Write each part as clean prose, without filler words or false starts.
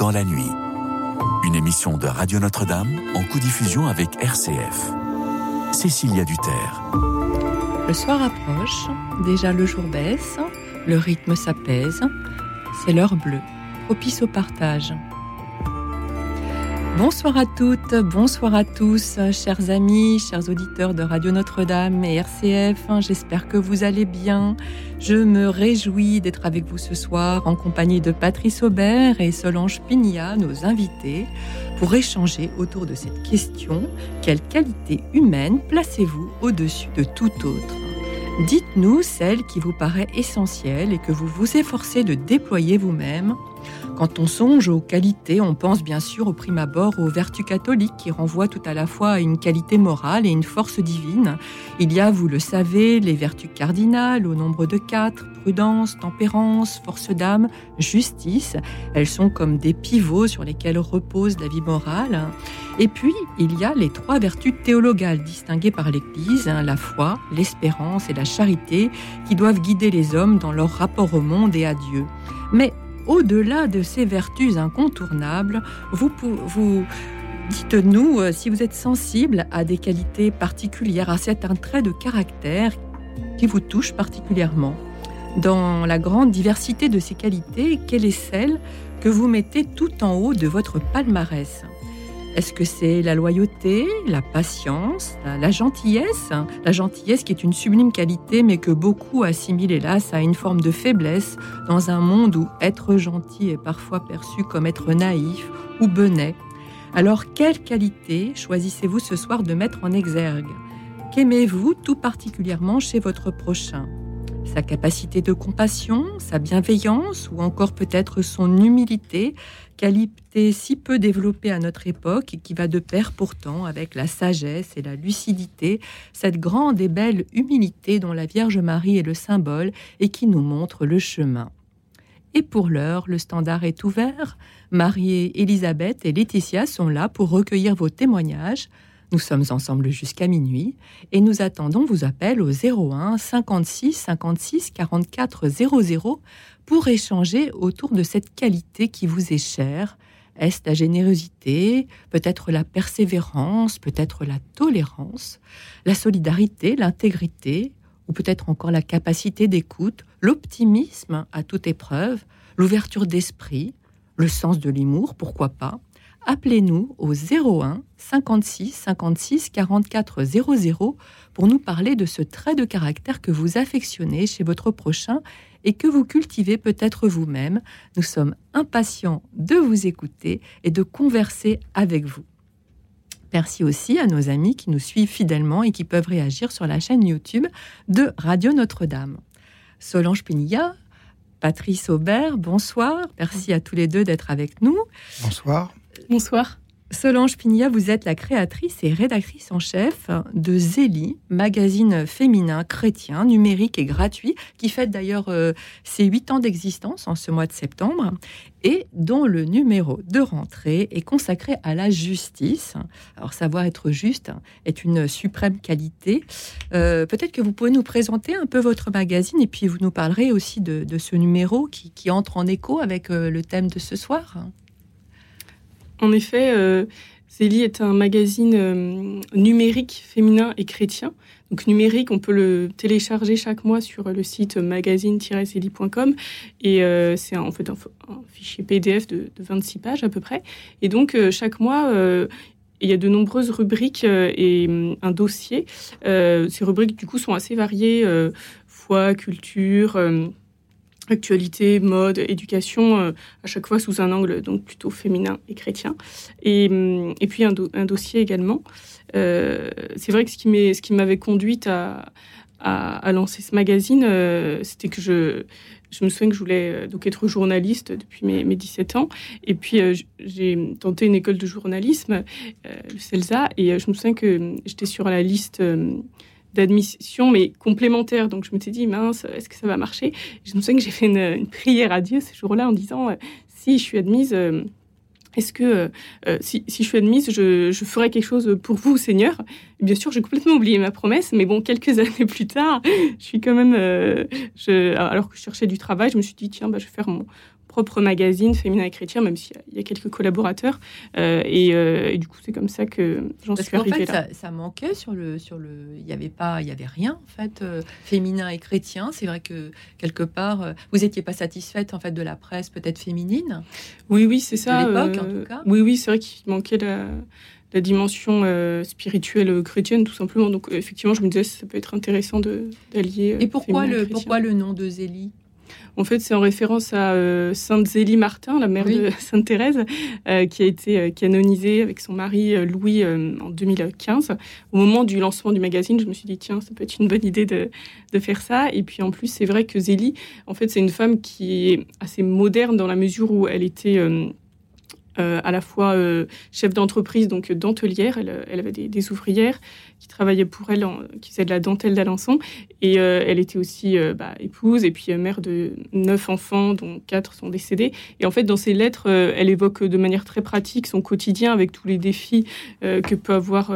dans la nuit. Une émission de Radio Notre-Dame en codiffusion avec RCF. Cécilia Duterre. Le soir approche, déjà le jour baisse, le rythme s'apaise, c'est l'heure bleue, propice au partage. Bonsoir à toutes, bonsoir à tous, chers amis, chers auditeurs de Radio Notre-Dame et RCF, j'espère que vous allez bien. Je me réjouis d'être avec vous ce soir en compagnie de Patrice Aubert et Solange Pigna, nos invités, pour échanger autour de cette question: quelle qualité humaine placez-vous au-dessus de toute autre ? Dites-nous celle qui vous paraît essentielle et que vous vous efforcez de déployer vous-même. Quand on songe aux qualités, on pense bien sûr au prime abord aux vertus catholiques qui renvoient tout à la fois à une qualité morale et une force divine. Il y a, vous le savez, les vertus cardinales au nombre de 4, prudence, tempérance, force d'âme, justice. Elles sont comme des pivots sur lesquels repose la vie morale. Et puis, il y a les 3 vertus théologales distinguées par l'Église, la foi, l'espérance et la charité, qui doivent guider les hommes dans leur rapport au monde et à Dieu. Mais au-delà de ces vertus incontournables, vous dites-nous si vous êtes sensible à des qualités particulières, à certains traits de caractère qui vous touchent particulièrement. Dans la grande diversité de ces qualités, quelle est celle que vous mettez tout en haut de votre palmarès ? Est-ce que c'est la loyauté, la patience, la gentillesse ? La gentillesse qui est une sublime qualité, mais que beaucoup assimilent hélas à une forme de faiblesse dans un monde où être gentil est parfois perçu comme être naïf ou benêt. Alors, quelle qualité choisissez-vous ce soir de mettre en exergue ? Qu'aimez-vous tout particulièrement chez votre prochain ? Sa capacité de compassion, sa bienveillance ou encore peut-être son humilité, qualité si peu développée à notre époque et qui va de pair pourtant avec la sagesse et la lucidité, cette grande et belle humilité dont la Vierge Marie est le symbole et qui nous montre le chemin. Et pour l'heure, le standard est ouvert. Marie, Elisabeth et Laetitia sont là pour recueillir vos témoignages. Nous sommes ensemble jusqu'à minuit et nous attendons vos appels au 01 56 56 44 00 pour échanger autour de cette qualité qui vous est chère. Est-ce la générosité, peut-être la persévérance, peut-être la tolérance, la solidarité, l'intégrité, ou peut-être encore la capacité d'écoute, l'optimisme à toute épreuve, l'ouverture d'esprit, le sens de l'humour, pourquoi pas ? Appelez-nous au 01 56 56 44 00 pour nous parler de ce trait de caractère que vous affectionnez chez votre prochain et que vous cultivez peut-être vous-même. Nous sommes impatients de vous écouter et de converser avec vous. Merci aussi à nos amis qui nous suivent fidèlement et qui peuvent réagir sur la chaîne YouTube de Radio Notre-Dame. Solange Pigna, Patrice Aubert, bonsoir. Merci à tous les deux d'être avec nous. Bonsoir. Bonsoir. Solange Pigna, vous êtes la créatrice et rédactrice en chef de Zélie, magazine féminin chrétien, numérique et gratuit, qui fête d'ailleurs ses 8 ans d'existence en ce mois de septembre, et dont le numéro de rentrée est consacré à la justice. Alors, savoir être juste est une suprême qualité. Peut-être que vous pouvez nous présenter un peu votre magazine, et puis vous nous parlerez aussi de ce numéro qui entre en écho avec le thème de ce soir. En effet, Zélie est un magazine numérique, féminin et chrétien. Donc numérique, on peut le télécharger chaque mois sur le site magazine-zélie.com et c'est en fait un fichier PDF de 26 pages à peu près. Et donc chaque mois, il y a de nombreuses rubriques et un dossier. Ces rubriques du coup sont assez variées, foi, culture, actualité, mode, éducation, à chaque fois sous un angle donc plutôt féminin et chrétien. Et puis un dossier également. C'est vrai que ce qui m'avait conduite à lancer ce magazine, c'était que je me souviens que je voulais donc être journaliste depuis mes 17 ans. Et puis, j'ai tenté une école de journalisme, le CELSA, et je me souviens que j'étais sur la liste d'admission, mais complémentaire. Donc, je me suis dit, mince, est-ce que ça va marcher ? Et je me souviens que j'ai fait une prière à Dieu ce jour-là en disant, si je suis admise, est-ce que si je suis admise, je ferai quelque chose pour vous, Seigneur ? Et bien sûr, j'ai complètement oublié ma promesse, mais bon, quelques années plus tard, je suis quand même... alors que je cherchais du travail, je me suis dit, tiens, je vais faire mon propre magazine féminin et chrétien, même s'il y a quelques collaborateurs. Et du coup, c'est comme ça que j'en suis arrivée là. Ça manquait il y avait rien en fait féminin et chrétien. C'est vrai que quelque part, vous n'étiez pas satisfaite en fait de la presse peut-être féminine. Oui, c'est ça. De l'époque, en tout cas. Oui, c'est vrai qu'il manquait la dimension spirituelle chrétienne, tout simplement. Donc, effectivement, je me disais, ça peut être intéressant d'allier. Et pourquoi le nom de Zélie ? En fait, c'est en référence à Sainte Zélie Martin, la mère de Sainte Thérèse, qui a été canonisée avec son mari Louis en 2015. Au moment du lancement du magazine, je me suis dit, tiens, ça peut être une bonne idée de faire ça. Et puis, en plus, c'est vrai que Zélie, en fait, c'est une femme qui est assez moderne dans la mesure où elle était... à la fois chef d'entreprise, donc dentelière. Elle avait des ouvrières qui travaillaient pour elle, qui faisaient de la dentelle d'Alençon. Et elle était aussi épouse et puis mère de 9 enfants, dont 4 sont décédés. Et en fait, dans ses lettres, elle évoque de manière très pratique son quotidien avec tous les défis que peut avoir...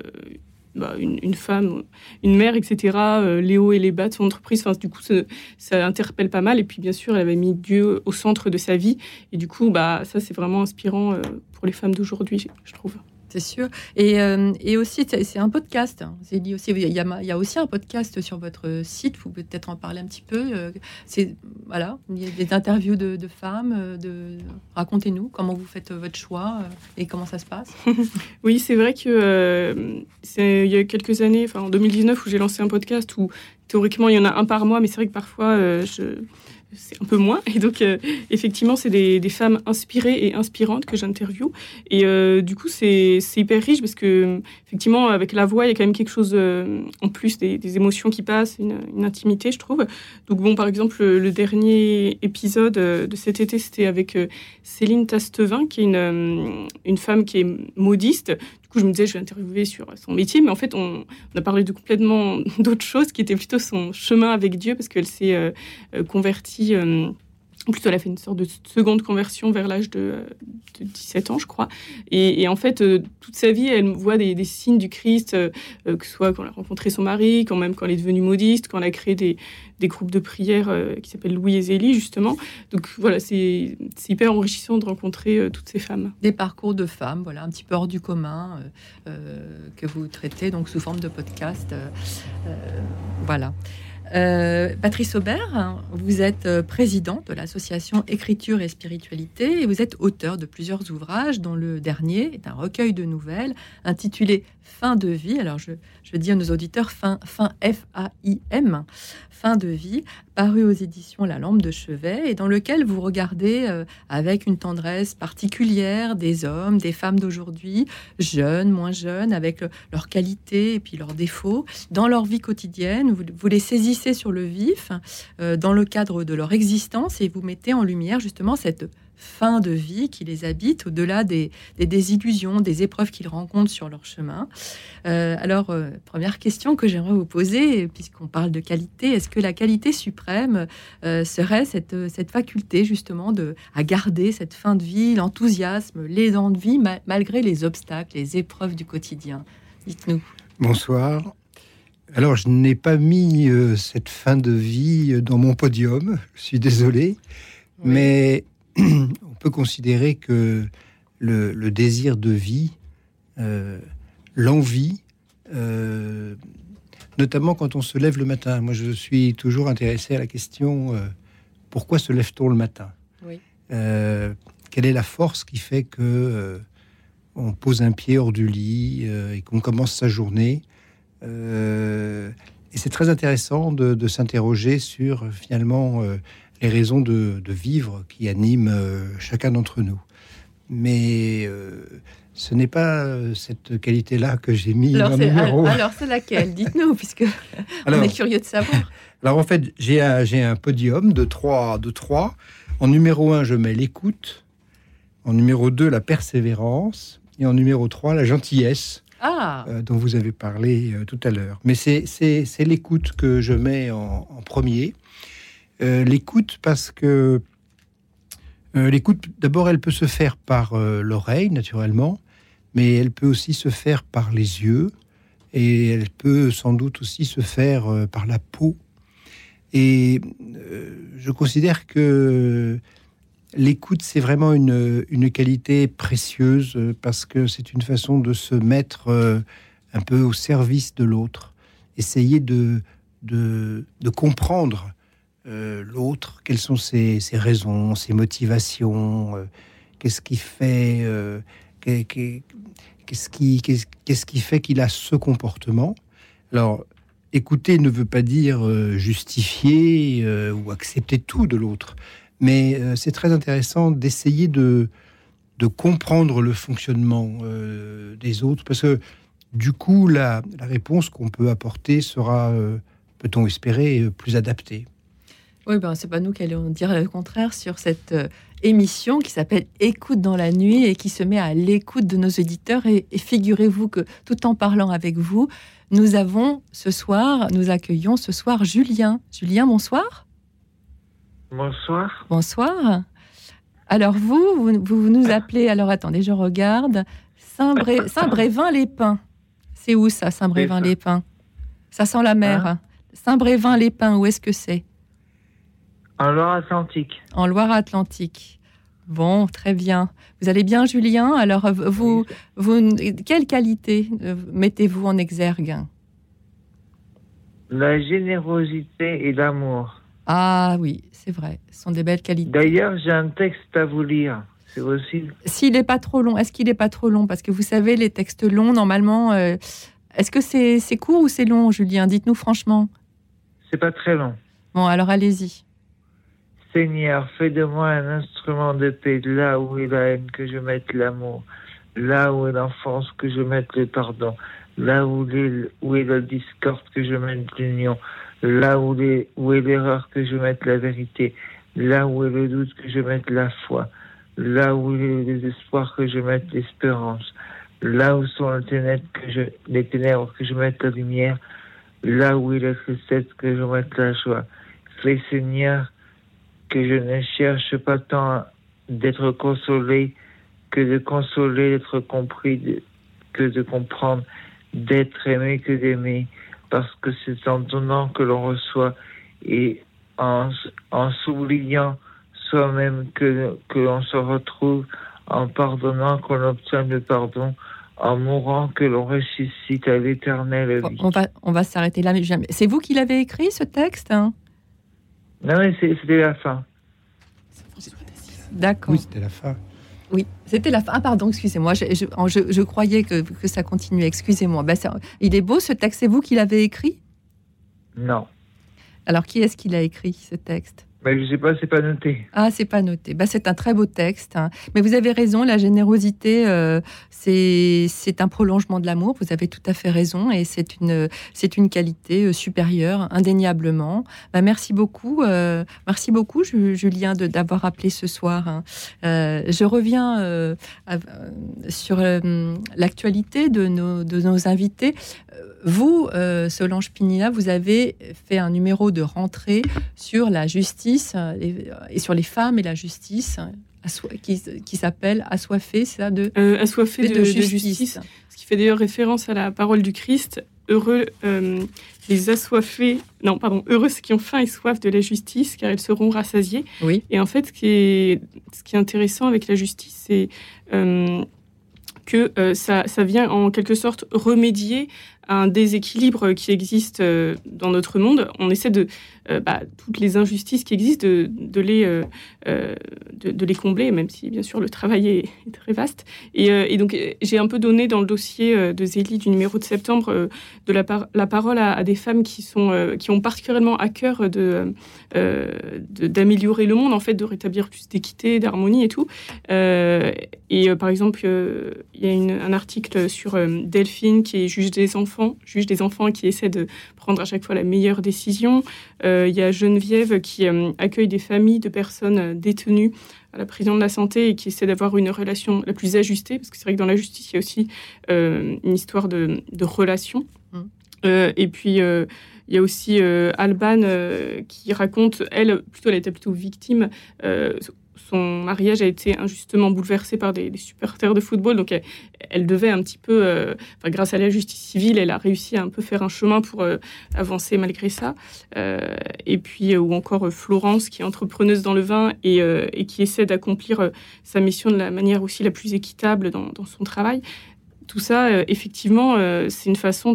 une femme, une mère, etc., les hauts et les bas de son entreprise. Enfin, du coup, ça interpelle pas mal. Et puis, bien sûr, elle avait mis Dieu au centre de sa vie. Et du coup, ça, c'est vraiment inspirant pour les femmes d'aujourd'hui, je trouve. C'est sûr. Et aussi, c'est un podcast. Zélie aussi. Il y a aussi un podcast sur votre site. Vous pouvez peut-être en parler un petit peu. Il y a des interviews de femmes. Racontez-nous comment vous faites votre choix et comment ça se passe. Oui, c'est vrai que il y a quelques années, en 2019, où j'ai lancé un podcast où théoriquement il y en a un par mois, mais c'est vrai que parfois c'est un peu moins. Et donc, effectivement, c'est des femmes inspirées et inspirantes que j'interviewe. Et du coup, c'est hyper riche parce que, effectivement, avec la voix, il y a quand même quelque chose en plus, des émotions qui passent, une intimité, je trouve. Donc, bon, par exemple, le dernier épisode de cet été, c'était avec Céline Tastevin, qui est une femme qui est modiste. Du coup, je me disais, je vais interviewer sur son métier, mais en fait, on a parlé de complètement d'autres choses, qui était plutôt son chemin avec Dieu, parce qu'elle s'est convertie. Plutôt, elle a fait une sorte de seconde conversion vers l'âge de 17 ans, je crois. Et en fait, toute sa vie, elle voit des signes du Christ, que ce soit quand elle a rencontré son mari, quand elle est devenue modiste, quand elle a créé des groupes de prière qui s'appellent Louis et Zélie, justement. Donc voilà, c'est hyper enrichissant de rencontrer toutes ces femmes. Des parcours de femmes, voilà, un petit peu hors du commun, que vous traitez donc sous forme de podcast. Voilà. Patrice Aubert, vous êtes présidente de l'association Écriture et Spiritualité et vous êtes auteur de plusieurs ouvrages dont le dernier est un recueil de nouvelles intitulé Fin de vie. Alors je veux dire à nos auditeurs fin F-A-I-M, Fin de vie, paru aux éditions La Lampe de Chevet et dans lequel vous regardez avec une tendresse particulière des hommes, des femmes d'aujourd'hui, jeunes, moins jeunes, avec leurs qualités et puis leurs défauts, dans leur vie quotidienne. Vous les saisissez sur le vif dans le cadre de leur existence et vous mettez en lumière justement cette fin de vie qui les habite au-delà des désillusions, des épreuves qu'ils rencontrent sur leur chemin. Alors, première question que j'aimerais vous poser, puisqu'on parle de qualité, est-ce que la qualité suprême serait cette faculté justement à garder cette fin de vie, l'enthousiasme, l'élan de vie, malgré les obstacles, les épreuves du quotidien? Dites-nous. Bonsoir. Alors, je n'ai pas mis cette fin de vie dans mon podium, je suis désolé, oui. Mais on peut considérer que le désir de vie, l'envie, notamment quand on se lève le matin. Moi, je suis toujours intéressé à la question pourquoi se lève-t-on le matin ? Oui. Quelle est la force qui fait que on pose un pied hors du lit et qu'on commence sa journée ? Et c'est très intéressant de s'interroger sur finalement les raisons de vivre qui animent chacun d'entre nous. Mais ce n'est pas cette qualité-là que j'ai mis en numéro. Alors c'est laquelle? Dites-nous, puisque on est curieux de savoir. Alors en fait, j'ai un podium de 3. En numéro 1, je mets l'écoute. En numéro 2, la persévérance. Et en numéro 3, la gentillesse. Dont vous avez parlé tout à l'heure. Mais c'est l'écoute que je mets en premier. L'écoute parce que l'écoute, d'abord, elle peut se faire par l'oreille, naturellement, mais elle peut aussi se faire par les yeux et elle peut sans doute aussi se faire par la peau. Et je considère que l'écoute, c'est vraiment une qualité précieuse parce que c'est une façon de se mettre un peu au service de l'autre. Essayer de comprendre l'autre, quelles sont ses raisons, ses motivations, qu'est-ce qui fait qu'il a ce comportement. Alors, écouter ne veut pas dire justifier ou accepter tout de l'autre, mais c'est très intéressant d'essayer de comprendre le fonctionnement des autres, parce que du coup, la réponse qu'on peut apporter sera, peut-on espérer, plus adaptée. Oui, c'est pas nous qui allons dire le contraire sur cette émission qui s'appelle Écoute dans la nuit et qui se met à l'écoute de nos auditeurs. Et figurez-vous que tout en parlant avec vous, nous accueillons ce soir Julien. Julien, bonsoir. Bonsoir. Bonsoir. Alors vous nous appelez, alors attendez, je regarde, Saint-Brévin-les-Pins. C'est où ça, Saint-Brévin-les-Pins? Ça sent la mer. Hein? Saint-Brévin-les-Pins, où est-ce que c'est? En Loire-Atlantique. En Loire-Atlantique. Bon, très bien. Vous allez bien, Julien? Alors, vous, quelle qualité mettez-vous en exergue? La générosité et l'amour. Ah oui, c'est vrai. Ce sont des belles qualités. D'ailleurs, j'ai un texte à vous lire. C'est possible? S'il n'est pas trop long. Est-ce qu'il n'est pas trop long? Parce que vous savez, les textes longs, normalement... est-ce que c'est court ou c'est long, Julien? Dites-nous franchement. C'est pas très long. Bon, alors allez-y. Seigneur, fais de moi un instrument de paix, là où est la haine, que je mette l'amour, là où est l'enfance, que je mette le pardon, là où est la discorde, que je mette l'union, là où est l'erreur, que je mette la vérité, là où est le doute, que je mette la foi, là où est les espoirs, que je mette l'espérance, là où sont les ténèbres, que je mette la lumière, là où est la tristesse, que je mette la joie. Fais, Seigneur, que je ne cherche pas tant d'être consolé que de consoler, d'être compris, que de comprendre, d'être aimé que d'aimer, parce que c'est en donnant que l'on reçoit et en s'oubliant soi-même que l'on se retrouve, en pardonnant qu'on obtient le pardon, en mourant que l'on ressuscite à l'éternelle vie. On va s'arrêter là. Mais c'est vous qui l'avez écrit, ce texte, hein? Non, mais c'était la fin. D'accord. Oui, c'était la fin. Oui, c'était la fin. Ah, pardon, excusez-moi. Je croyais que ça continuait. Excusez-moi. Il est beau, ce texte. C'est vous qui l'avez écrit? Non. Alors, qui est-ce qui l'a écrit, ce texte? Je ne sais pas, c'est pas noté. Ah, c'est pas noté. C'est un très beau texte. Hein. Mais vous avez raison, la générosité, c'est un prolongement de l'amour. Vous avez tout à fait raison. Et c'est une qualité supérieure, indéniablement. Merci beaucoup. Merci beaucoup, Julien, d'avoir appelé ce soir. Hein. Je reviens sur l'actualité de nos invités. Vous, Solange Pinina, vous avez fait un numéro de rentrée sur la justice et sur les femmes et la justice qui s'appelle Assoiffé, c'est ça Assoiffé de justice. Ce qui fait d'ailleurs référence à la parole du Christ. Heureux heureux ceux qui ont faim et soif de la justice, car ils seront rassasiés. Oui. Et en fait, ce qui est intéressant avec la justice, c'est que ça vient en quelque sorte remédier à un déséquilibre qui existe dans notre monde. On essaie toutes les injustices qui existent de les combler, même si bien sûr le travail est très vaste. Et donc j'ai un peu donné dans le dossier de Zélie du numéro de septembre la parole à des femmes qui ont particulièrement à cœur d'améliorer le monde, en fait, de rétablir plus d'équité, d'harmonie et tout. Par exemple, il y a un article sur Delphine qui est juge des enfants qui essaie de prendre à chaque fois la meilleure décision. Il y a Geneviève qui accueille des familles de personnes détenues à la prison de la santé et qui essaie d'avoir une relation la plus ajustée, parce que c'est vrai que dans la justice, il y a aussi une histoire de relation. Et puis, il y a aussi Alban qui raconte, elle était plutôt victime, son mariage a été injustement bouleversé par des supporters de football. Donc, elle devait un petit peu, grâce à la justice civile, elle a réussi à un peu faire un chemin pour avancer malgré ça. Et puis, ou encore Florence, qui est entrepreneuse dans le vin et qui essaie d'accomplir sa mission de la manière aussi la plus équitable dans son travail. Tout ça, effectivement, c'est une façon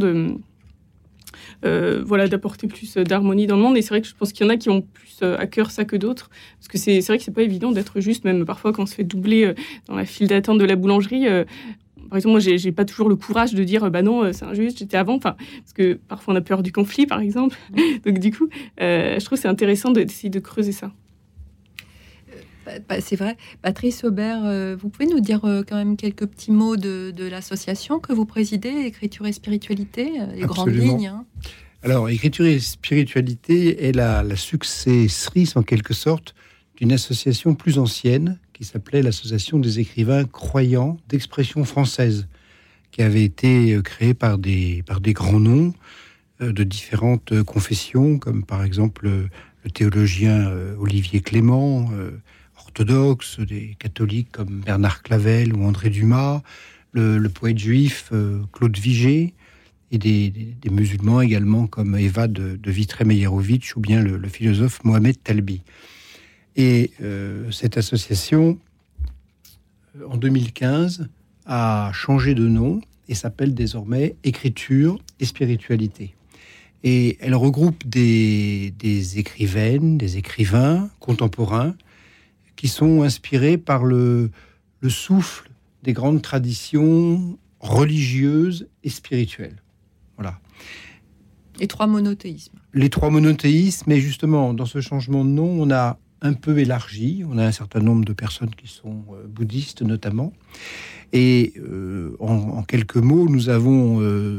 d'apporter plus d'harmonie dans le monde. Et c'est vrai que je pense qu'il y en a qui ont plus à cœur ça que d'autres. Parce que c'est vrai que c'est pas évident d'être juste, même parfois quand on se fait doubler dans la file d'attente de la boulangerie. Par exemple, moi, j'ai pas toujours le courage de dire non, c'est injuste, j'étais avant. Parce que parfois on a peur du conflit, par exemple. Donc du coup, je trouve que c'est intéressant d'essayer de creuser ça. C'est vrai. Patrice Aubert, vous pouvez nous dire quand même quelques petits mots de l'association que vous présidez, Écriture et Spiritualité, les grandes lignes, hein. Alors, Écriture et Spiritualité est la successrice, en quelque sorte, d'une association plus ancienne qui s'appelait l'Association des écrivains croyants d'expression française, qui avait été créée par des grands noms de différentes confessions, comme par exemple le théologien Olivier Clément, orthodoxe, des catholiques comme Bernard Clavel ou André Dumas, le poète juif Claude Vigée, et des musulmans également comme Eva de Vitré-Meyerovitch ou bien le philosophe Mohamed Talbi. Et cette association, en 2015, a changé de nom et s'appelle désormais Écriture et Spiritualité. Et elle regroupe des écrivaines, des écrivains contemporains qui sont inspirés par le souffle des grandes traditions religieuses et spirituelles. Voilà. Les trois monothéismes. Les trois monothéismes, mais justement, dans ce changement de nom, on a un peu élargi. On a un certain nombre de personnes qui sont bouddhistes, notamment. Et en quelques mots, nous avons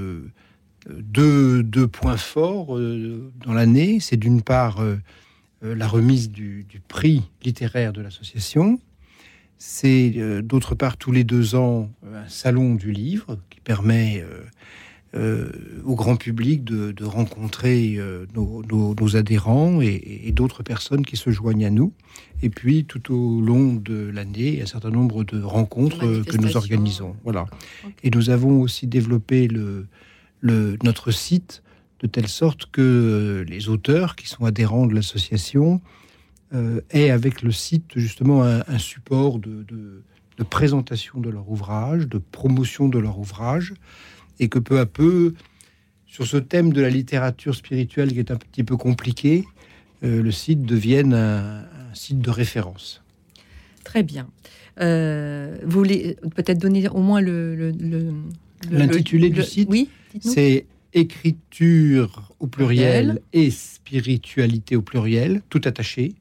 deux points forts dans l'année. C'est d'une part la remise du prix littéraire de l'association. C'est d'autre part tous les 2 ans un salon du livre qui permet au grand public de rencontrer nos adhérents et d'autres personnes qui se joignent à nous. Et puis tout au long de l'année, un certain nombre de rencontres que nous organisons. Voilà. Okay. Et nous avons aussi développé notre site de telle sorte que les auteurs qui sont adhérents de l'association aient avec le site justement un support de présentation de leur ouvrage, de promotion de leur ouvrage, et que peu à peu, sur ce thème de la littérature spirituelle qui est un petit peu compliqué, le site devienne un site de référence. Très bien. Vous voulez peut-être donner au moins l'intitulé du site? Oui, dites-nous. C'est Écriture au pluriel et Spiritualité au pluriel, tout attaché,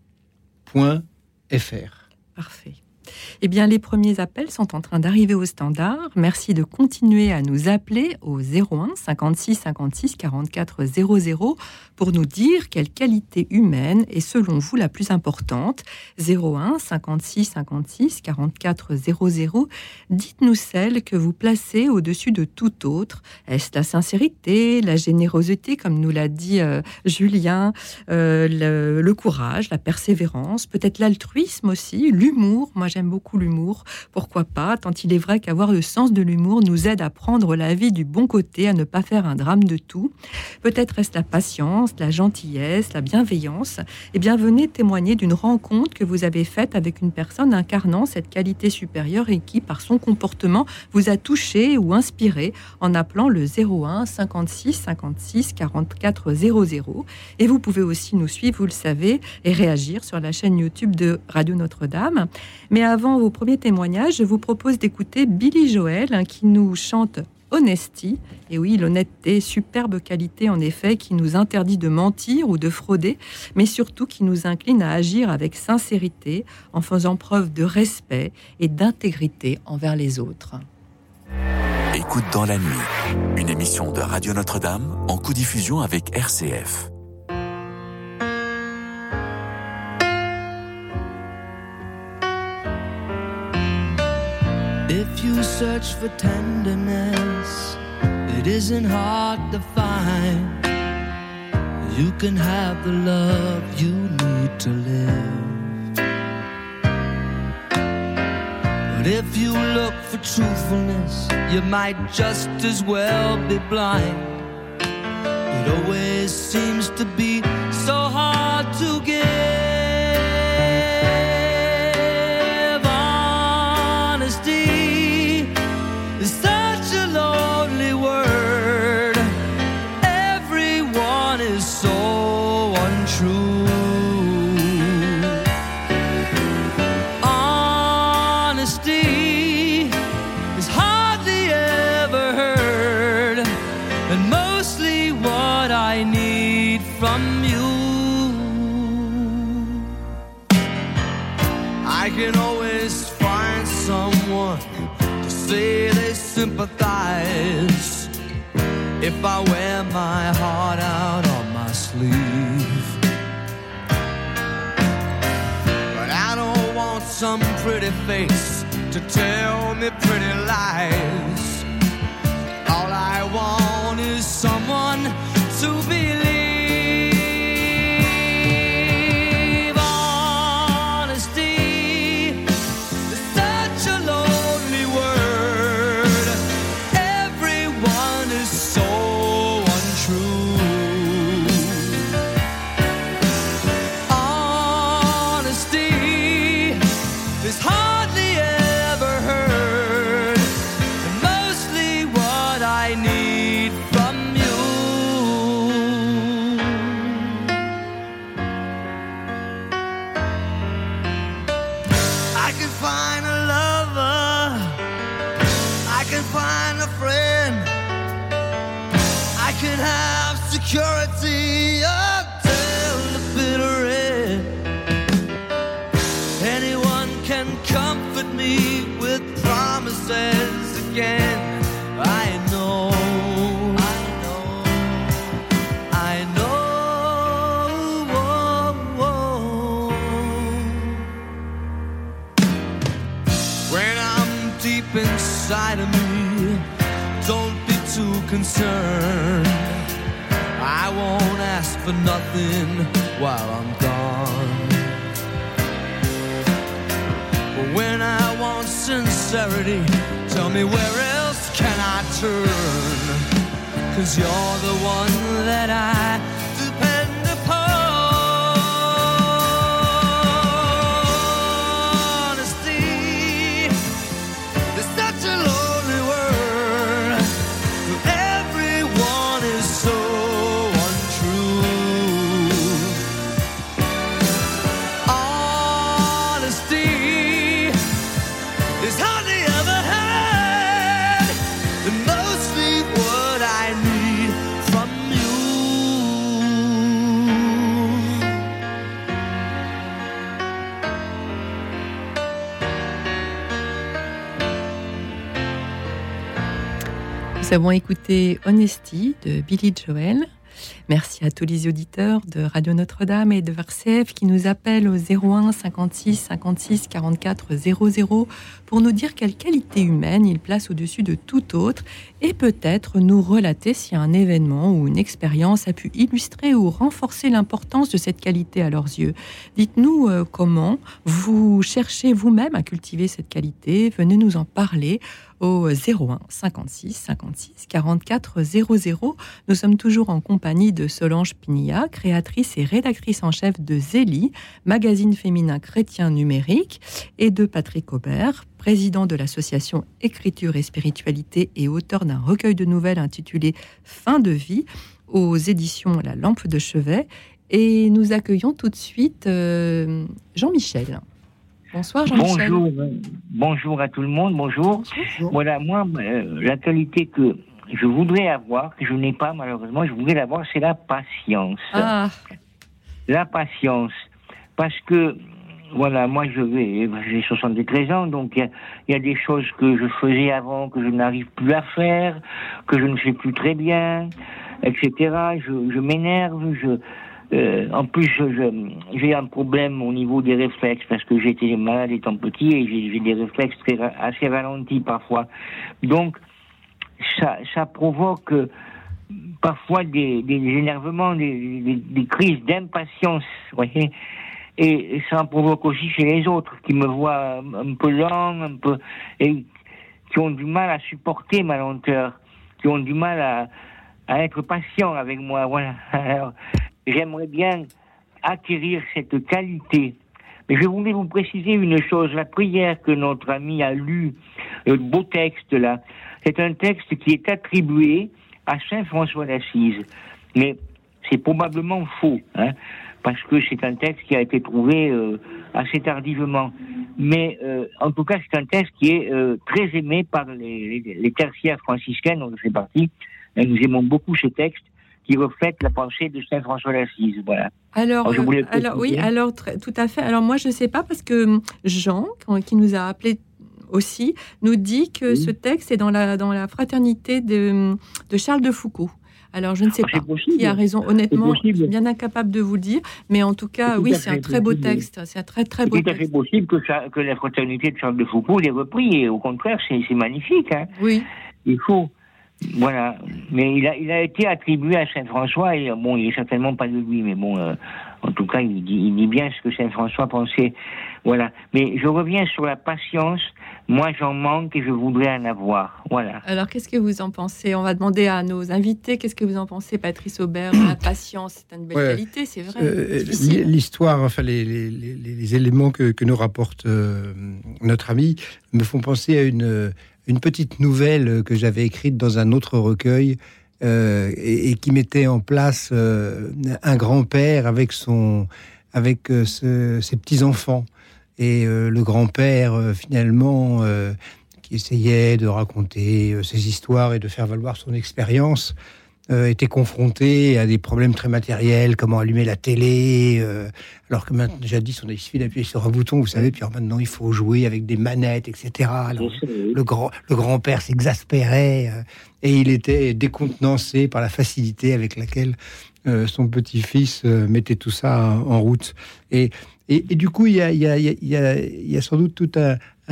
.fr. Parfait. Eh bien, les premiers appels sont en train d'arriver au standard. Merci de continuer à nous appeler au 01 56 56 44 00 pour nous dire quelle qualité humaine est selon vous la plus importante. 01 56 56 44 00. Dites-nous celle que vous placez au-dessus de toute autre. Est-ce la sincérité, la générosité, comme nous l'a dit Julien, le courage, la persévérance, peut-être l'altruisme aussi, l'humour. Moi, j'aime beaucoup l'humour. Pourquoi pas, tant il est vrai qu'avoir le sens de l'humour nous aide à prendre la vie du bon côté, à ne pas faire un drame de tout. Peut-être est-ce la patience, la gentillesse, la bienveillance. Eh bien, venez témoigner d'une rencontre que vous avez faite avec une personne incarnant cette qualité supérieure et qui, par son comportement, vous a touché ou inspiré en appelant le 01 56 56 44 00. Et vous pouvez aussi nous suivre, vous le savez, et réagir sur la chaîne YouTube de Radio Notre-Dame. Mais avant vos premiers témoignages, je vous propose d'écouter Billy Joel qui nous chante Honesty. Et oui, l'honnêteté, superbe qualité en effet, qui nous interdit de mentir ou de frauder, mais surtout qui nous incline à agir avec sincérité, en faisant preuve de respect et d'intégrité envers les autres. Écoute dans la nuit, une émission de Radio Notre-Dame en codiffusion avec RCF. If you search for tenderness, it isn't hard to find. You can have the love you need to live. But if you look for truthfulness, you might just as well be blind. It always seems to be so hard to give. Honesty is such a lonely word. Everyone is so untrue. Honesty is hardly ever heard, and mostly what I need from you. I can always find someone to say they sympathize if I wear my heart out on my sleeve. But I don't want some pretty face to tell me pretty lies. All I want is someone to believe. Honesty is such a lonely word. Everyone is so untrue. Honesty is hardly ever heard, and mostly what I need from you. I can find a lover, I can find a friend, I can have security until the bitter end. Anyone can comfort me with promises again. I know, I know, I know. When I'm deep inside of me, don't be too concerned. I won't ask for nothing while I'm gone. But when I want sincerity, tell me where else can I turn? 'Cause you're the one that I depend upon. Honesty is such a lonely word. Everyone is so untrue. Honesty is hardly ever heard, and mostly what I need from you. Nous avons écouté Honesty de Billy Joel. Merci à tous les auditeurs de Radio Notre-Dame et de RCF qui nous appellent au 01 56 56 44 00 pour nous dire quelle qualité humaine ils placent au-dessus de tout autre et peut-être nous relater si un événement ou une expérience a pu illustrer ou renforcer l'importance de cette qualité à leurs yeux. Dites-nous comment vous cherchez vous-même à cultiver cette qualité. Venez nous en parler au 01 56 56 44 00. Nous sommes toujours en compagnie de Solange Pinilla, créatrice et rédactrice en chef de Zélie, magazine féminin chrétien numérique, et de Patrick Aubert, président de l'association Écriture et Spiritualité et auteur d'un recueil de nouvelles intitulé Fin de vie aux éditions La Lampe de Chevet. Et nous accueillons tout de suite Jean-Michel. Bonsoir Jean-Michel. Bonjour à tout le monde, bonjour. Voilà, moi, la qualité que je voudrais avoir, que je n'ai pas malheureusement, je voudrais l'avoir, c'est la patience. Ah. La patience. Parce que, voilà, moi j'ai 73 ans, donc il y a des choses que je faisais avant, que je n'arrive plus à faire, que je ne fais plus très bien, etc. Je m'énerve, en plus, j'ai un problème au niveau des réflexes parce que j'étais malade étant petit et j'ai des réflexes assez ralentis parfois. Donc, ça provoque parfois des énervements, des crises d'impatience, vous voyez. et ça en provoque aussi chez les autres, qui me voient un peu lent, et qui ont du mal à supporter ma lenteur, qui ont du mal à être patient avec moi. Voilà. Alors, j'aimerais bien acquérir cette qualité. Mais je voulais vous préciser une chose. La prière que notre ami a lue, le beau texte là, c'est un texte qui est attribué à Saint François d'Assise. Mais c'est probablement faux, hein, parce que c'est un texte qui a été trouvé assez tardivement. Mais en tout cas, c'est un texte qui est très aimé par les tertiaires franciscaines, dont je fais partie. Et nous aimons beaucoup ces textes qui reflètent la pensée de Saint François d'Assise. Voilà. Alors tout à fait. Alors moi, je ne sais pas, parce que Jean, qui nous a appelé aussi, nous dit que ce texte est dans la fraternité de Charles de Foucault. Alors, je ne sais pas qui a raison. Honnêtement, je suis bien incapable de vous le dire. Mais en tout cas, oui, c'est un très beau texte. C'est un très, très beau texte. C'est tout à fait possible que la fraternité de Charles de Foucault l'ait repris. Et au contraire, c'est magnifique. Hein. Oui. Il faut. Voilà. Mais il a été attribué à Saint François. Et bon, il est certainement pas de lui. Mais bon, en tout cas, il dit bien ce que Saint François pensait. Voilà. Mais je reviens sur la patience. Moi, j'en manque et je voudrais en avoir. Voilà. Alors, qu'est-ce que vous en pensez ? On va demander à nos invités. Qu'est-ce que vous en pensez, Patrice Aubert ? La patience, c'est une belle qualité, c'est vrai. L'histoire, enfin, les éléments que nous rapporte notre ami me font penser à une petite nouvelle que j'avais écrite dans un autre recueil et qui mettait en place un grand-père avec ses petits-enfants. Et le grand-père, finalement, qui essayait de raconter ses histoires et de faire valoir son expérience, était confronté à des problèmes très matériels, comment allumer la télé, alors que jadis, on a suffi d'appuyer sur un bouton, vous savez, puis maintenant, il faut jouer avec des manettes, etc. Alors, le grand-père s'exaspérait et il était décontenancé par la facilité avec laquelle son petit-fils mettait tout ça en route. Et du coup, il y a sans doute tout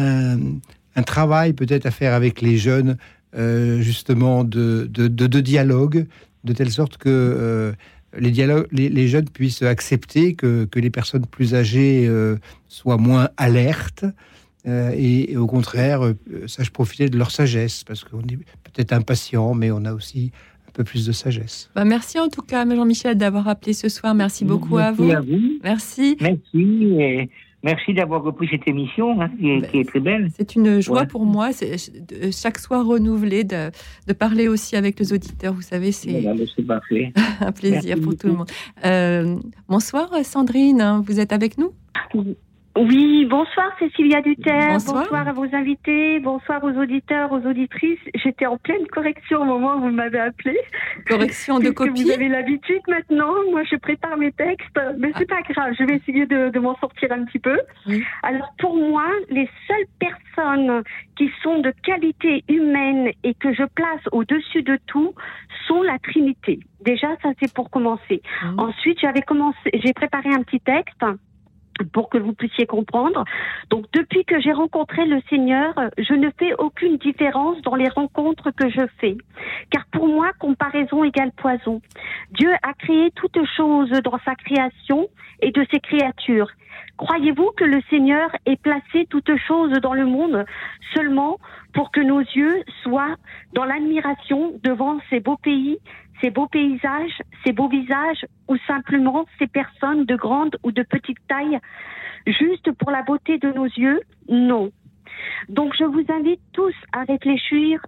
un travail peut-être à faire avec les jeunes, justement de dialogue, de telle sorte que les jeunes puissent accepter que les personnes plus âgées soient moins alertes et au contraire sachent profiter de leur sagesse, parce qu'on est peut-être impatient, mais on a aussi un peu plus de sagesse. Merci en tout cas, Jean-Michel, d'avoir appelé ce soir. Merci beaucoup à vous. Merci. Merci. Et merci d'avoir repris cette émission, hein, qui est très belle. C'est une joie pour moi, chaque soir renouvelé, de parler aussi avec les auditeurs. Vous savez, c'est parfait. Un plaisir pour tout le monde. Bonsoir Sandrine, vous êtes avec nous ? Oui, bonsoir Cécilia Duterre, bonsoir à vos invités, bonsoir aux auditeurs, aux auditrices. J'étais en pleine correction au moment où vous m'avez appelé. Correction de copie. Vous avez l'habitude maintenant, moi je prépare mes textes, mais c'est pas grave, je vais essayer de m'en sortir un petit peu. Oui. Alors pour moi, les seules personnes qui sont de qualité humaine et que je place au-dessus de tout sont la Trinité. Déjà, ça c'est pour commencer. Ensuite, j'ai préparé un petit texte pour que vous puissiez comprendre. Donc, depuis que j'ai rencontré le Seigneur, je ne fais aucune différence dans les rencontres que je fais. Car pour moi, comparaison égale poison. Dieu a créé toutes choses dans sa création et de ses créatures. Croyez-vous que le Seigneur ait placé toutes choses dans le monde seulement pour que nos yeux soient dans l'admiration devant ces beaux pays, ces beaux paysages, ces beaux visages, ou simplement ces personnes de grande ou de petite taille, juste pour la beauté de nos yeux? Non. Donc je vous invite tous à réfléchir,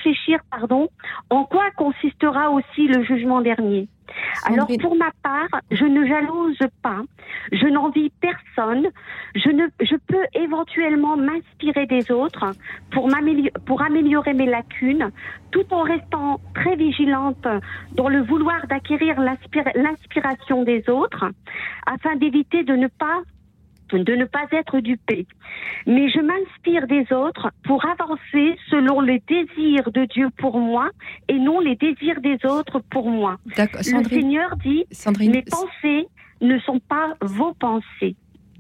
en quoi consistera aussi le jugement dernier. Alors pour ma part, je ne jalouse pas, je n'envie personne, je peux éventuellement m'inspirer des autres pour améliorer mes lacunes, tout en restant très vigilante dans le vouloir d'acquérir l'inspiration des autres, afin d'éviter de ne pas être dupé. Mais je m'inspire des autres pour avancer selon les désirs de Dieu pour moi et non les désirs des autres pour moi. D'accord, le Seigneur dit, mes pensées ne sont pas vos pensées.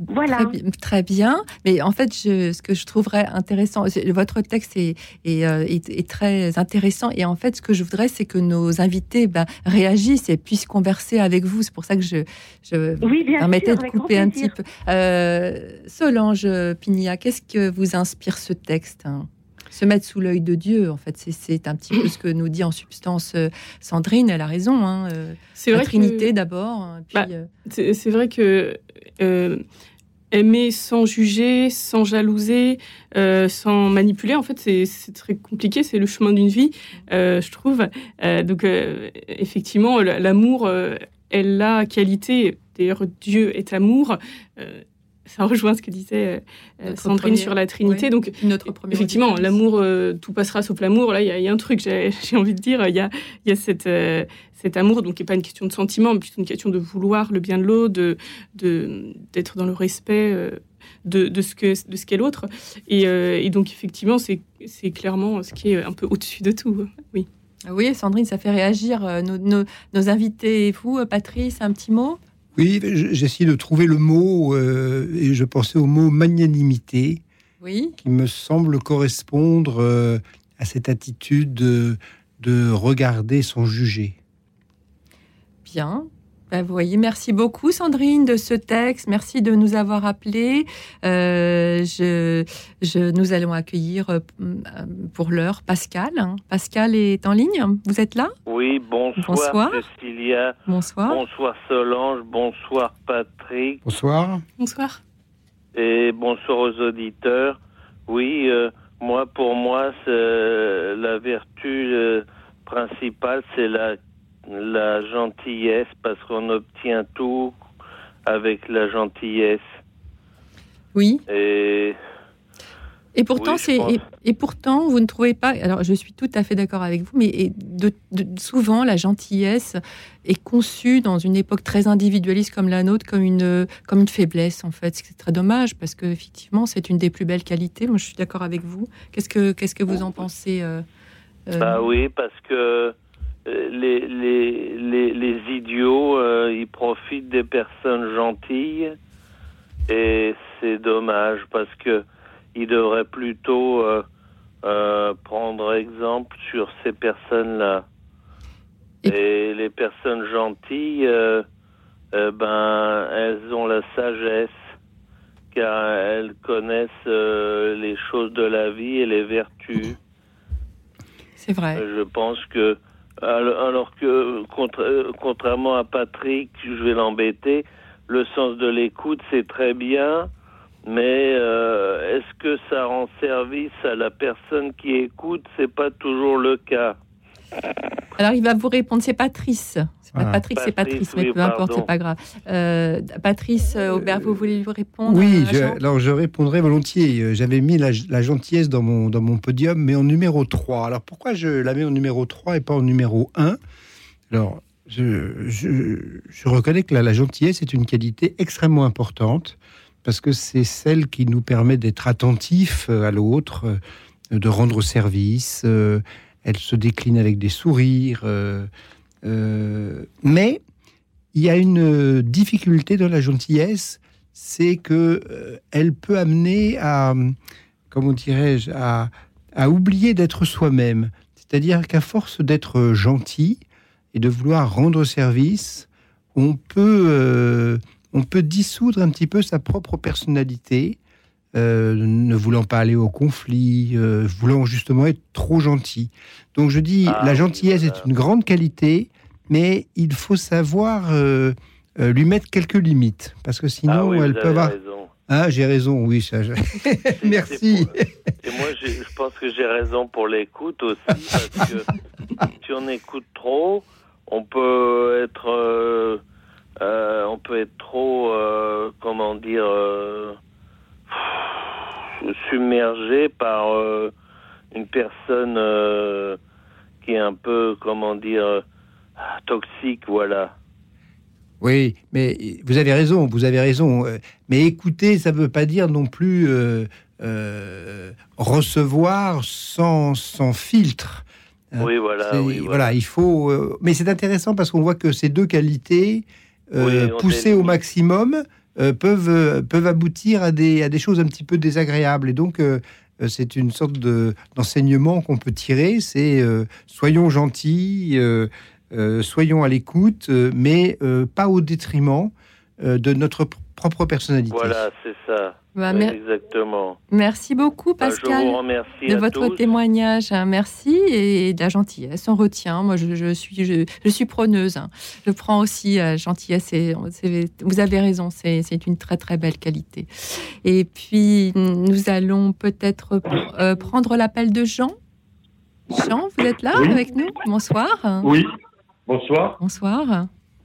Voilà. Très bien. Mais en fait, ce que je trouverais intéressant, votre texte est très intéressant. Et en fait, ce que je voudrais, c'est que nos invités réagissent et puissent converser avec vous. C'est pour ça que je permettais de couper un petit peu. Solange Pigna, qu'est-ce que vous inspire ce texte, hein? Se mettre sous l'œil de Dieu, en fait, c'est un petit peu ce que nous dit en substance Sandrine. Elle a raison. Hein. C'est la Trinité d'abord. Puis, c'est vrai que aimer sans juger, sans jalouser, sans manipuler, en fait, c'est très compliqué. C'est le chemin d'une vie, je trouve. Donc, effectivement, l'amour est la qualité. D'ailleurs, Dieu est amour. Ça rejoint ce que disait Sandrine sur la Trinité. Oui, donc, effectivement, l'amour, tout passera sauf l'amour. Là, il y a un truc, j'ai envie de dire. Il y a cet amour, donc qui n'est pas une question de sentiment, mais plutôt une question de vouloir le bien de l'autre, d'être dans le respect de ce qu'est l'autre. Et donc, effectivement, c'est clairement ce qui est un peu au-dessus de tout. Oui. Oui, Sandrine, ça fait réagir nos invités. Et vous, Patrice, un petit mot ? Oui, j'essaie de trouver le mot, et je pensais au mot magnanimité, qui me semble correspondre à cette attitude de regarder sans juger. Bien. Vous voyez, merci beaucoup Sandrine de ce texte, merci de nous avoir appelés. Nous allons accueillir pour l'heure Pascal. Pascal est en ligne, vous êtes là ? Oui, bonsoir Cécilia. Bonsoir. Bonsoir Solange, bonsoir Patrick. Bonsoir. Bonsoir. Et bonsoir aux auditeurs. Oui, pour moi, c'est la vertu principale, c'est la gentillesse, parce qu'on obtient tout avec la gentillesse. Oui. Et pourtant, et pourtant, vous ne trouvez pas... Alors, je suis tout à fait d'accord avec vous, mais souvent, la gentillesse est conçue dans une époque très individualiste comme la nôtre, comme une faiblesse, en fait. C'est très dommage, parce qu'effectivement, c'est une des plus belles qualités. Moi, je suis d'accord avec vous. Qu'est-ce que vous en pensez Oui, parce que les idiots, ils profitent des personnes gentilles, et c'est dommage, parce que ils devraient plutôt prendre exemple sur ces personnes-là. Et les personnes gentilles, elles ont la sagesse, car elles connaissent les choses de la vie et les vertus. C'est vrai. Je pense que alors que, contrairement à Patrick, je vais l'embêter, le sens de l'écoute, c'est très bien, mais est-ce que ça rend service à la personne qui écoute ? C'est pas toujours le cas. Alors, il va vous répondre, c'est Patrice. C'est pas Patrick, c'est Patrice, mais peu importe, c'est pas grave. Patrice Aubert, vous voulez lui répondre ? Oui, je répondrai volontiers. J'avais mis la gentillesse dans mon podium, mais en numéro 3. Alors, pourquoi je la mets en numéro 3 et pas en numéro 1 ? Alors, je reconnais que la gentillesse est une qualité extrêmement importante, parce que c'est celle qui nous permet d'être attentifs à l'autre, de rendre service. Elle se décline avec des sourires. Mais il y a une difficulté dans la gentillesse, c'est que elle peut amener à oublier d'être soi-même. C'est-à-dire qu'à force d'être gentil et de vouloir rendre service, on peut dissoudre un petit peu sa propre personnalité, ne voulant pas aller au conflit, voulant justement être trop gentil. Donc je dis, la gentillesse est une grande qualité, mais il faut savoir lui mettre quelques limites, parce que sinon elle peut avoir... Raison. Ah, j'ai raison, oui. Merci. Et moi, je pense que j'ai raison pour l'écoute aussi, parce que si on écoute trop, on peut être trop, submergé par une personne qui est un peu, toxique, voilà. Oui, mais vous avez raison. Mais écouter, ça ne veut pas dire non plus recevoir sans filtre. Oui, voilà. Voilà, il faut... mais c'est intéressant parce qu'on voit que ces deux qualités, poussées au maximum, peuvent aboutir à des choses un petit peu désagréables. Et donc, c'est une sorte d'enseignement qu'on peut tirer, c'est soyons gentils, soyons à l'écoute, mais pas au détriment de notre propre personnalité. Voilà, c'est ça. Exactement. Merci beaucoup, Pascal, je vous remercie de votre témoignage. Merci et de la gentillesse. On retient. Moi, je suis preneuse. Je prends aussi gentillesse. Vous avez raison. C'est une très très belle qualité. Et puis, nous allons peut-être prendre l'appel de Jean. Jean, vous êtes là avec nous? Bonsoir. Oui. Bonsoir. Bonsoir.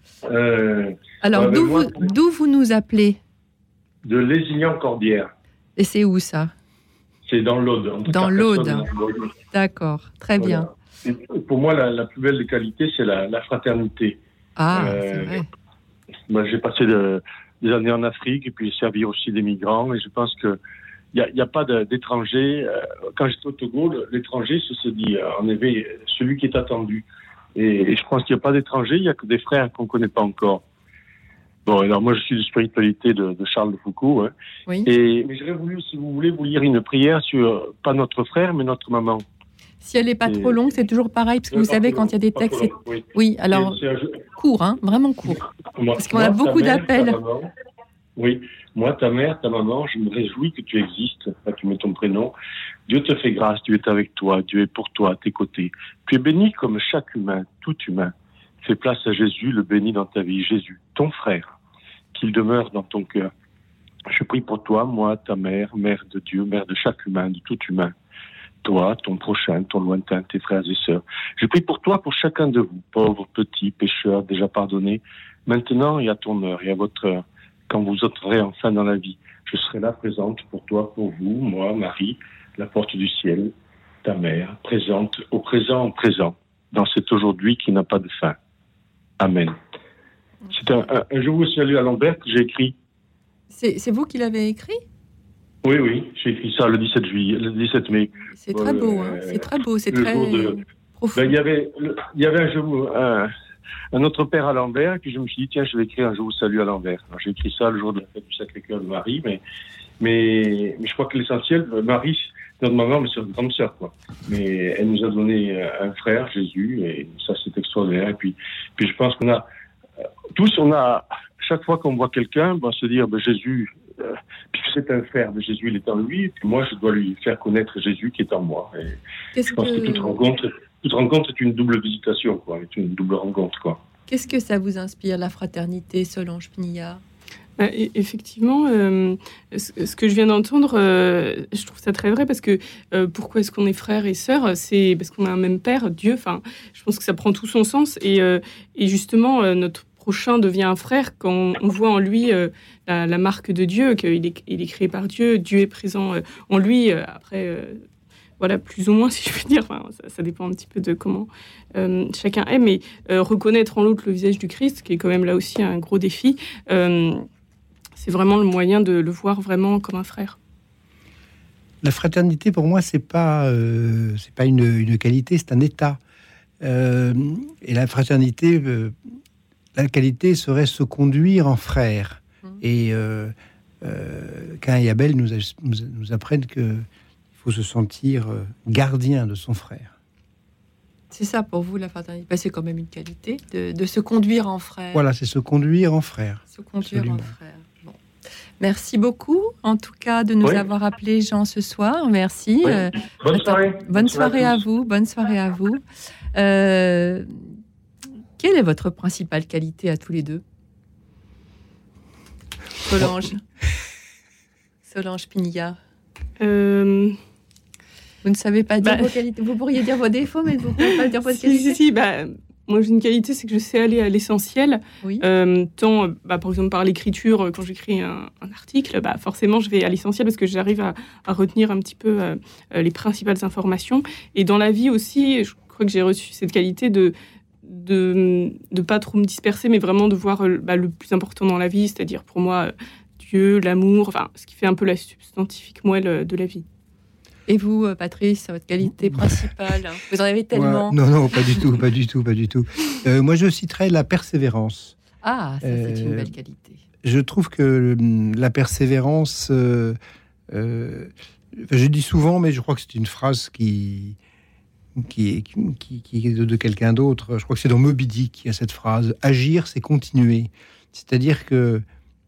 Alors, d'où vous nous appelez? De Lézignan-Corbière. Et c'est où ça? C'est dans l'Aude. Dans l'Aude. D'accord, très bien. Et pour moi, la plus belle des qualités, c'est la fraternité. Ah, c'est vrai. Moi, j'ai passé des années en Afrique et puis servi aussi des migrants. Et je pense qu'il n'y a pas d'étrangers. Quand j'étais au Togo, l'étranger, se dit en effet celui qui est attendu. Et je pense qu'il n'y a pas d'étrangers, il n'y a que des frères qu'on ne connaît pas encore. Bon, alors moi je suis de spiritualité de Charles de Foucault. Hein. Oui. Mais j'aurais voulu, si vous voulez, vous lire une prière sur, pas notre frère, mais notre maman. Si elle n'est pas trop longue, c'est toujours pareil, parce que vous savez, quand il y a des textes... Oui, alors, court, hein, vraiment court. Parce qu'on a beaucoup d'appels. Oui, moi, ta mère, ta maman, je me réjouis que tu existes. Là, tu mets ton prénom. Dieu te fait grâce, Dieu est avec toi, Dieu est pour toi, à tes côtés. Tu es béni comme chaque humain, tout humain. Fais place à Jésus, le béni dans ta vie. Jésus, ton frère, qu'il demeure dans ton cœur. Je prie pour toi, moi, ta mère, mère de Dieu, mère de chaque humain, de tout humain. Toi, ton prochain, ton lointain, tes frères et sœurs. Je prie pour toi, pour chacun de vous, pauvres, petits, pécheurs, déjà pardonnés, maintenant et à ton heure et à votre heure. Quand vous entrerez enfin dans la vie, je serai là présente pour toi, pour vous, moi, Marie, la porte du ciel, ta mère, présente, au présent, dans cet aujourd'hui qui n'a pas de fin. Amen. C'est un Je vous salue à Lambert que j'ai écrit. C'est vous qui l'avez écrit? Oui, j'ai écrit ça le 17 mai. C'est très beau, hein. C'est très beau, c'est très profond. Il y avait un autre père à Lambert, que je me suis dit, tiens, je vais écrire un Je vous salue à Lambert. Alors, j'ai écrit ça le jour de la fête du Sacré-Cœur de Marie, mais je crois que l'essentiel, Marie, notre maman, mais c'est notre grande sœur, quoi. Mais elle nous a donné un frère, Jésus, et ça, c'est extraordinaire. Et puis je pense qu'on a, chaque fois qu'on voit quelqu'un, on va se dire, Jésus, puis c'est un frère, mais Jésus, il est en lui, et puis moi, je dois lui faire connaître Jésus qui est en moi. Et je pense que toute rencontre est une double visitation, quoi, est une double rencontre, quoi. Qu'est-ce que ça vous inspire, la fraternité, Solange Pinilla? Effectivement, ce que je viens d'entendre, je trouve ça très vrai, parce que pourquoi est-ce qu'on est frères et sœurs? C'est parce qu'on a un même père, Dieu. Enfin, je pense que ça prend tout son sens. Et justement, notre prochain devient un frère quand on voit en lui la marque de Dieu, qu'il est créé par Dieu, Dieu est présent en lui. Après, voilà, plus ou moins, si je veux dire. Enfin, ça dépend un petit peu de comment chacun est, mais reconnaître en l'autre le visage du Christ, qui est quand même là aussi un gros défi. C'est vraiment le moyen de le voir vraiment comme un frère. La fraternité, pour moi, c'est pas une qualité, c'est un état. Et la fraternité, la qualité serait se conduire en frère. Et Caïn et Abel nous apprennent qu'il faut se sentir gardien de son frère. C'est ça pour vous, la fraternité? C'est quand même une qualité de se conduire en frère. Voilà, c'est se conduire en frère. Se conduire Absolument. En frère. Bon. Merci beaucoup, en tout cas, de nous avoir appelé, Jean, ce soir. Merci. Oui. Bonne soirée. Bonne soirée à vous. Bonne soirée à vous. Quelle est votre principale qualité à tous les deux? Solange Pinilla. Vous ne savez pas dire vos qualités. Vous pourriez dire vos défauts, mais vous ne pouvez pas dire votre qualité. Si. Moi, j'ai une qualité, c'est que je sais aller à l'essentiel. Oui. Tant, par exemple, par l'écriture, quand j'écris un article, forcément, je vais à l'essentiel parce que j'arrive à retenir un petit peu les principales informations. Et dans la vie aussi, je crois que j'ai reçu cette qualité de pas trop me disperser, mais vraiment de voir le plus important dans la vie, c'est-à-dire pour moi, Dieu, l'amour, enfin, ce qui fait un peu la substantifique moelle de la vie. Et vous, Patrice, votre qualité principale? Vous en avez tellement. Non, pas du tout. Moi, je citerais la persévérance. Ah, ça, c'est une belle qualité. je trouve que la persévérance, je dis souvent, mais je crois que c'est une phrase qui est de quelqu'un d'autre. Je crois que c'est dans Moby Dick qu'il y a cette phrase. Agir, c'est continuer. C'est-à-dire que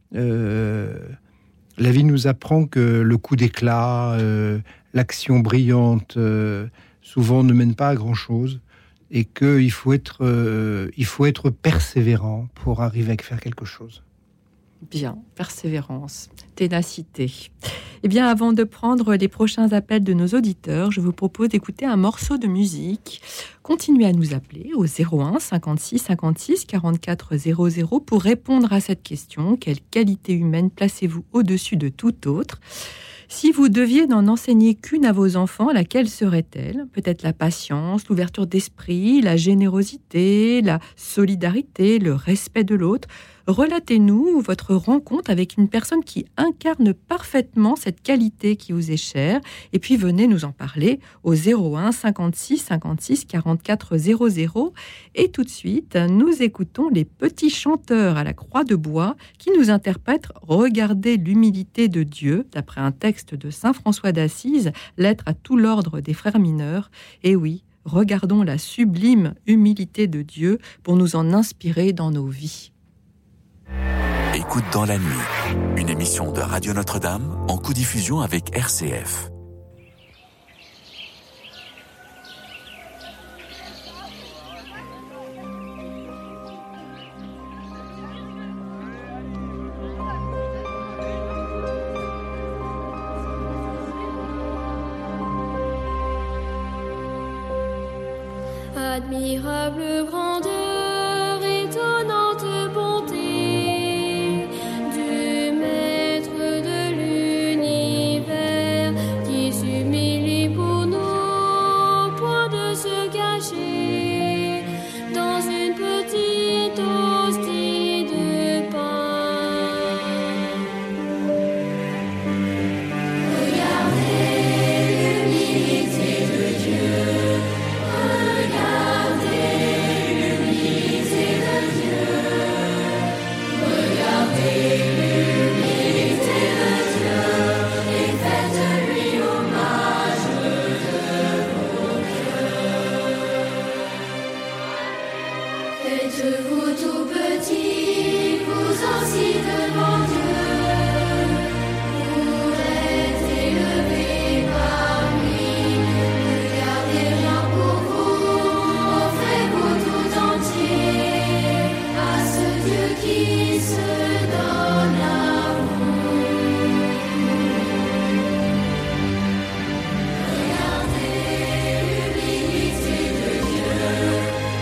la vie nous apprend que le coup d'éclat, l'action brillante, souvent ne mène pas à grand-chose, et qu'il faut être persévérant pour arriver à faire quelque chose. Bien, persévérance, ténacité. Eh bien, avant de prendre les prochains appels de nos auditeurs, je vous propose d'écouter un morceau de musique. Continuez à nous appeler au 01 56 56 44 00 pour répondre à cette question. Quelle qualité humaine placez-vous au-dessus de toute autre ? Si vous deviez n'en enseigner qu'une à vos enfants, laquelle serait-elle ? Peut-être la patience, l'ouverture d'esprit, la générosité, la solidarité, le respect de l'autre. Relatez-nous votre rencontre avec une personne qui incarne parfaitement cette qualité qui vous est chère. Et puis venez nous en parler au 01 56 56 44 00. Et tout de suite, nous écoutons les petits chanteurs à la croix de bois qui nous interprètent « Regardez l'humilité de Dieu » d'après un texte de saint François d'Assise, lettre à tout l'ordre des frères mineurs. Et oui, regardons la sublime humilité de Dieu pour nous en inspirer dans nos vies. Écoute dans la nuit, une émission de Radio Notre-Dame en codiffusion avec RCF. Admirable grandeur, étonnante bonté du Maître de l'univers qui s'humilie pour nous, point de se cacher dans une petite hostie de pain. Regardez l'humilité de Dieu. Faites-vous tout petit, vous assis devant Dieu, pour être élevé par lui. Regardez rien pour vous, offrez-vous tout entier à ce Dieu qui se donne à vous. Regardez l'humilité de Dieu.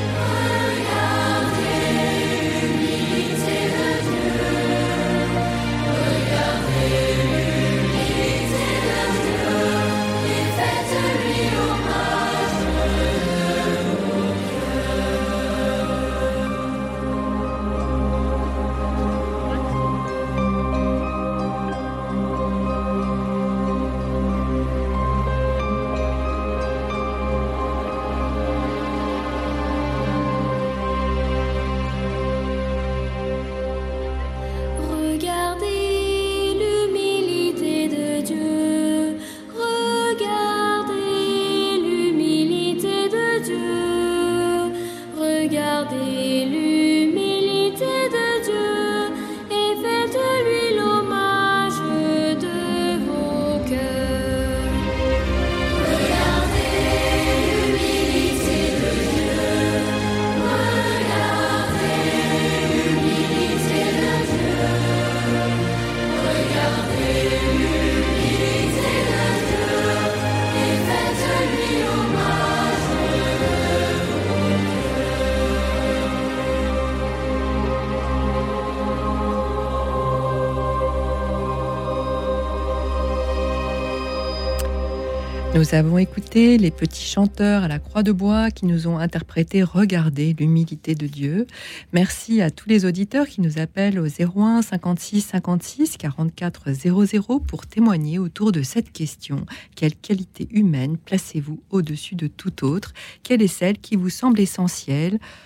Nous avons écouté les petits chanteurs à la croix de bois qui nous ont interprété « Regardez l'humilité de Dieu ». Merci à tous les auditeurs qui nous appellent au 01 56 56 44 00 pour témoigner autour de cette question. Quelle qualité humaine placez-vous au-dessus de toute autre ? Quelle est celle qui vous semble essentielle ?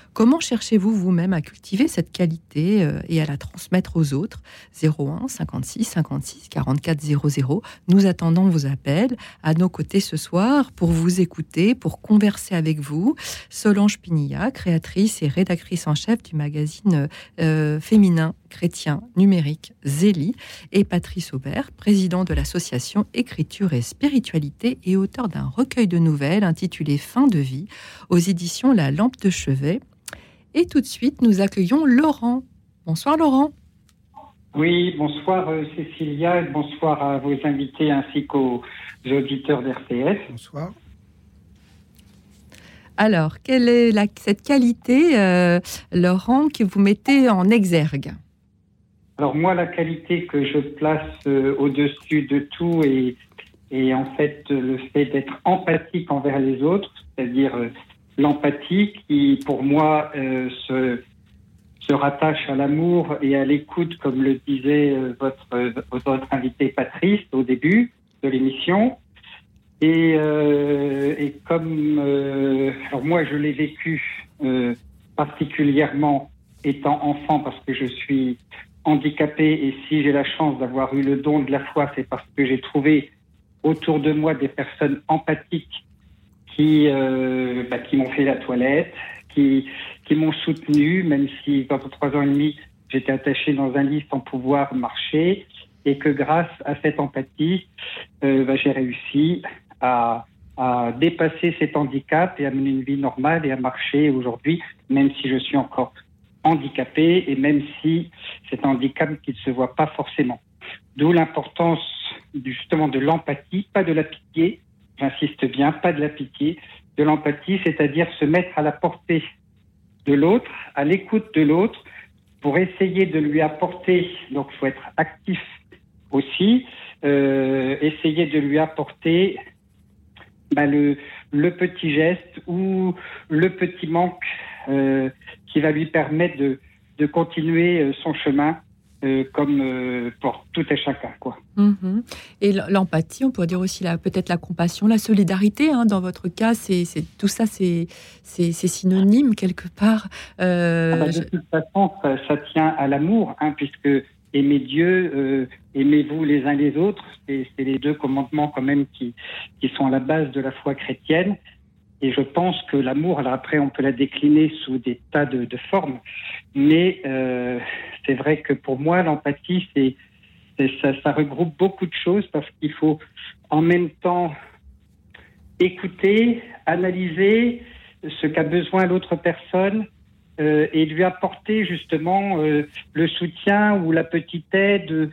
Comment cherchez-vous vous-même à cultiver cette qualité et à la transmettre aux autres ? 01 56 56 44 00. Nous attendons vos appels. À nos côtés ce soir pour vous écouter, pour converser avec vous. Solange Pinilla, créatrice et rédactrice en chef du magazine féminin chrétien numérique Zélie, et Patrice Aubert, président de l'association Écriture et Spiritualité et auteur d'un recueil de nouvelles intitulé Fin de vie aux éditions La Lampe de Chevet. Et tout de suite, nous accueillons Laurent. Bonsoir Laurent. Oui, bonsoir Cécilia, et bonsoir à vos invités ainsi qu'aux auditeurs d'RCF. Bonsoir. Alors, quelle est cette qualité, Laurent, que vous mettez en exergue ? Alors moi, la qualité que je place au-dessus de tout est en fait le fait d'être empathique envers les autres, c'est-à-dire l'empathie qui, pour moi, se rattache à l'amour et à l'écoute, comme le disait votre invité Patrice au début de l'émission. Et comme alors moi, je l'ai vécu particulièrement étant enfant parce que je suis handicapé, et si j'ai la chance d'avoir eu le don de la foi, c'est parce que j'ai trouvé autour de moi des personnes empathiques qui m'ont fait la toilette, qui m'ont soutenu, même si pendant 3 ans et demi, j'étais attaché dans un lit sans pouvoir marcher, et que grâce à cette empathie, j'ai réussi à dépasser cet handicap et à mener une vie normale et à marcher aujourd'hui, même si je suis encore handicapé et même si c'est un handicap qui ne se voit pas forcément. D'où l'importance justement de l'empathie, pas de la pitié, j'insiste bien, pas de la pitié, de l'empathie, c'est-à-dire se mettre à la portée de l'autre, à l'écoute de l'autre, pour essayer de lui apporter, donc il faut être actif aussi, essayer de lui apporter le petit geste ou le petit manque qui va lui permettre de continuer son chemin comme pour tout et chacun, quoi. Mmh. Et l'empathie, on pourrait dire aussi peut-être la compassion, la solidarité. Dans votre cas, c'est tout ça, c'est synonyme quelque part. De toute façon, ça tient à l'amour, puisque aimer Dieu, aimez-vous les uns les autres, c'est les 2 commandements quand même qui sont à la base de la foi chrétienne. Et je pense que l'amour, alors après on peut la décliner sous des tas de formes, mais c'est vrai que pour moi l'empathie, ça regroupe beaucoup de choses, parce qu'il faut en même temps écouter, analyser ce qu'a besoin l'autre personne et lui apporter justement le soutien ou la petite aide,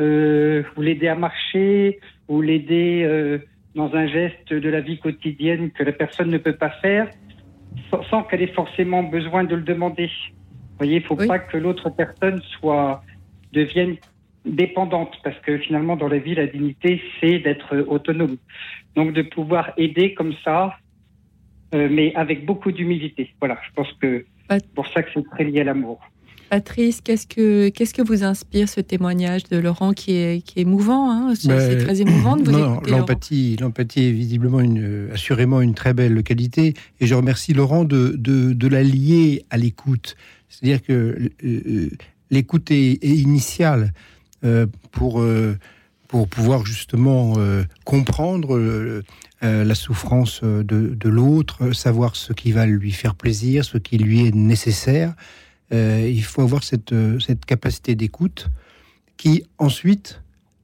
ou l'aider à marcher, ou l'aider dans un geste de la vie quotidienne que la personne ne peut pas faire, sans qu'elle ait forcément besoin de le demander. Vous voyez, il ne faut pas que l'autre personne devienne dépendante, parce que finalement, dans la vie, la dignité, c'est d'être autonome. Donc, de pouvoir aider comme ça, mais avec beaucoup d'humilité. Voilà, je pense que c'est pour ça que c'est très lié à l'amour. Patrice, qu'est-ce que vous inspire ce témoignage de Laurent qui est émouvant, c'est très émouvant de vous écouter. L'empathie est visiblement assurément une très belle qualité, et je remercie Laurent de la lier à l'écoute. C'est-à-dire que l'écoute est initiale pour pouvoir justement comprendre la souffrance de l'autre, savoir ce qui va lui faire plaisir, ce qui lui est nécessaire. Il faut avoir cette capacité d'écoute qui ensuite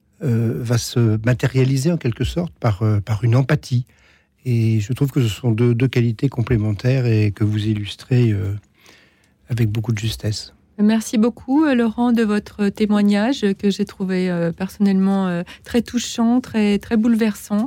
va se matérialiser en quelque sorte par une empathie. Et je trouve que ce sont deux qualités complémentaires et que vous illustrez avec beaucoup de justesse. Merci beaucoup Laurent de votre témoignage que j'ai trouvé personnellement très touchant, très, très bouleversant.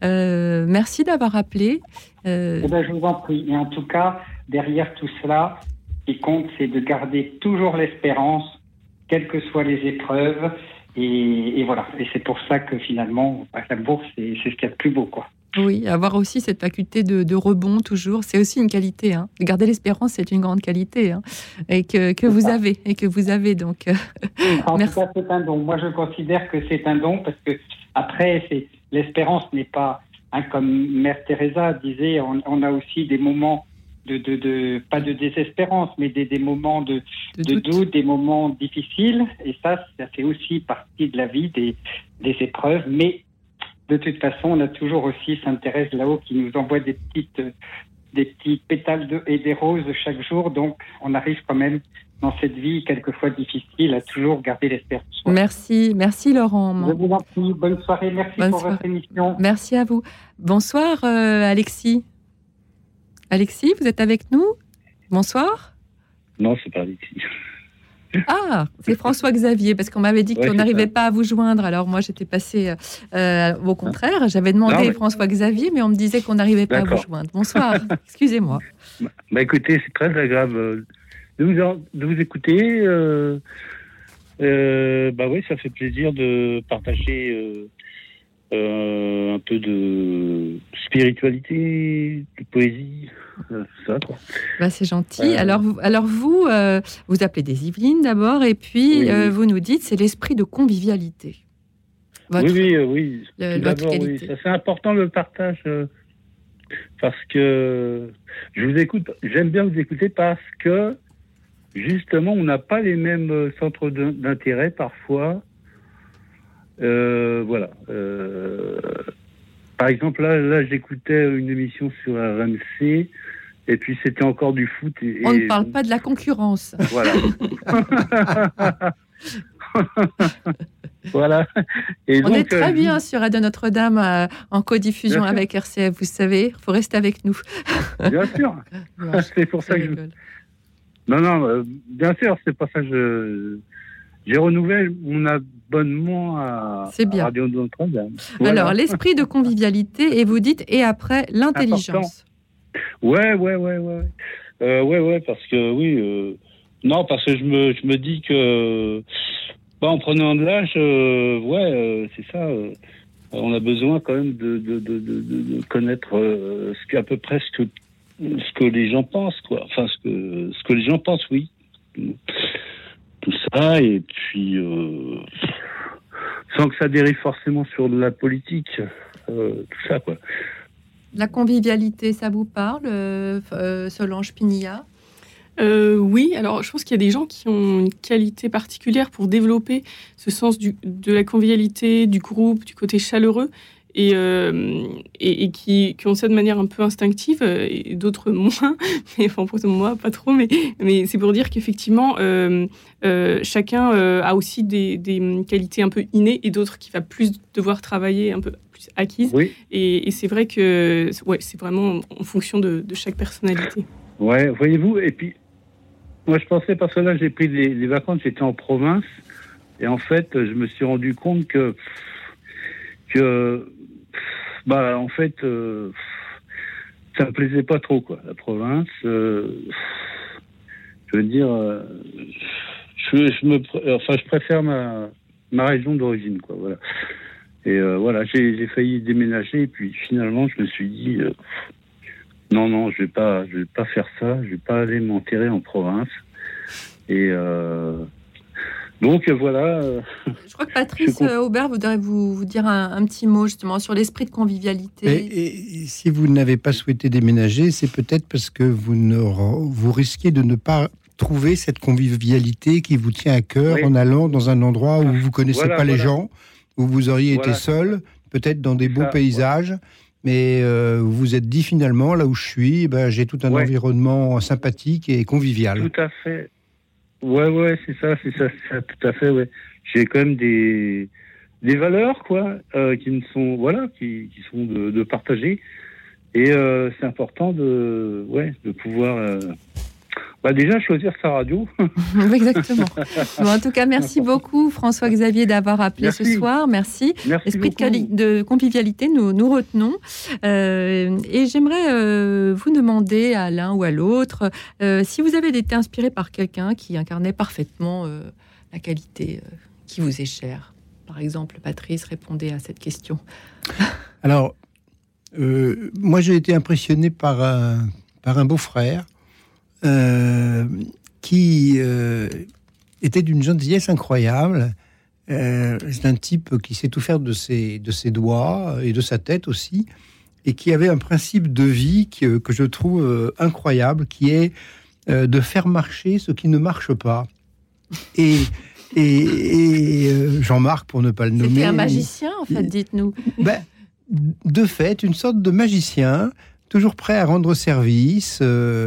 Merci d'avoir appelé. Je vous en prie. Et en tout cas, derrière tout cela, ce qui compte, c'est de garder toujours l'espérance, quelles que soient les épreuves. Et voilà. Et c'est pour ça que finalement, l'amour, c'est ce qu'il y a de plus beau, quoi. Oui, avoir aussi cette faculté de rebond toujours, c'est aussi une qualité. Garder l'espérance, c'est une grande qualité, et que vous avez donc. En tout cas, c'est un don. Moi, je considère que c'est un don parce que après, l'espérance n'est pas, comme Mère Teresa disait, on a aussi des moments pas de désespérance, mais des moments de doute, des moments difficiles. Et ça fait aussi partie de la vie, des épreuves. Mais de toute façon, on a toujours aussi Sainte Thérèse là-haut qui nous envoie des petits pétales et des roses chaque jour. Donc, on arrive quand même dans cette vie quelquefois difficile à toujours garder l'espérance. Merci Laurent. Je vous en prie, bonne soirée, merci pour votre émission. Merci à vous. Bonsoir Alexis. Alexis, vous êtes avec nous? Bonsoir. Non, c'est pas Alexis. Ah, c'est François-Xavier, parce qu'on m'avait dit qu'on n'arrivait pas à vous joindre. Alors moi, j'étais passée au contraire. J'avais demandé François-Xavier, mais on me disait qu'on n'arrivait pas à vous joindre. Bonsoir, excusez-moi. Écoutez, c'est très agréable de vous écouter. Oui, ça fait plaisir de partager un peu de spiritualité, de poésie, ça quoi. C'est gentil. Alors vous appelez des Yvelines d'abord, et puis vous nous dites c'est l'esprit de convivialité. Oui. D'abord, oui. Ça, c'est important le partage, parce que je vous écoute. J'aime bien vous écouter parce que justement, on n'a pas les mêmes centres d'intérêt parfois. Par exemple, là, j'écoutais une émission sur RMC, et puis c'était encore du foot. On ne parle pas de la concurrence. Voilà. Voilà. Et on donc, est très bien sur Radio Notre-Dame en codiffusion avec RCF, vous savez, il faut rester avec nous. Bien sûr. C'est pour ça que Non, bien sûr, c'est pour ça que j'ai renouvelé mon abonnement à Radio Notre-Dame. Voilà. Alors, l'esprit de convivialité, et vous dites, et après, l'intelligence. Ouais, parce que, non, parce que je me dis que, en prenant de l'âge, c'est ça, on a besoin quand même de connaître à peu près ce que les gens pensent, quoi. Enfin, ce que les gens pensent, oui. Tout ça, et puis sans que ça dérive forcément sur de la politique, tout ça, quoi. La convivialité, ça vous parle, Solange Pinilla? Oui, alors je pense qu'il y a des gens qui ont une qualité particulière pour développer ce sens de la convivialité, du groupe, du côté chaleureux, et qui ont ça de manière un peu instinctive, et d'autres moins, mais enfin pour moi pas trop, mais c'est pour dire qu'effectivement chacun a aussi des qualités un peu innées et d'autres qui va plus devoir travailler, un peu plus acquises, et c'est vrai que c'est vraiment en fonction de chaque personnalité. Ouais, voyez-vous, et puis moi je pensais, parce que là j'ai pris les vacances, j'étais en province, et en fait je me suis rendu compte que en fait ça me plaisait pas trop, quoi, la province. Je veux dire, je préfère ma région d'origine, quoi, voilà. Et j'ai failli déménager, et puis finalement je me suis dit non, je vais pas faire ça, je vais pas aller m'enterrer en province. Et donc voilà. Je crois que Patrice Aubert voudrait vous dire un petit mot justement sur l'esprit de convivialité. Et si vous n'avez pas souhaité déménager, c'est peut-être parce que vous risquez de ne pas trouver cette convivialité qui vous tient à cœur en allant dans un endroit où vous connaissez pas les gens, où vous auriez été seul, peut-être dans des beaux paysages. Mais vous vous êtes dit finalement, là où je suis, j'ai tout un environnement sympathique et convivial. Tout à fait. Ouais, c'est ça, tout à fait, ouais. J'ai quand même des valeurs, quoi, qui sont de partager. Et c'est important de pouvoir déjà choisir sa radio. Beaucoup. En tout cas, merci beaucoup François-Xavier d'avoir appelé ce soir. Merci. L'esprit de convivialité, nous retenons. Et j'aimerais vous demander à l'un ou à l'autre si vous avez été inspiré par quelqu'un qui incarnait parfaitement la qualité qui vous est chère. Par exemple, Patrice, répondez à cette question. Alors, moi j'ai été impressionné par un beau-frère qui était d'une gentillesse incroyable. C'est un type qui sait tout faire de ses doigts et de sa tête aussi. et qui avait un principe de vie que je trouve incroyable, qui est de faire marcher ce qui ne marche pas. Et Jean-Marc, pour ne pas le nommer... C'était un magicien, en fait, dites-nous. De fait, une sorte de magicien, toujours prêt à rendre service,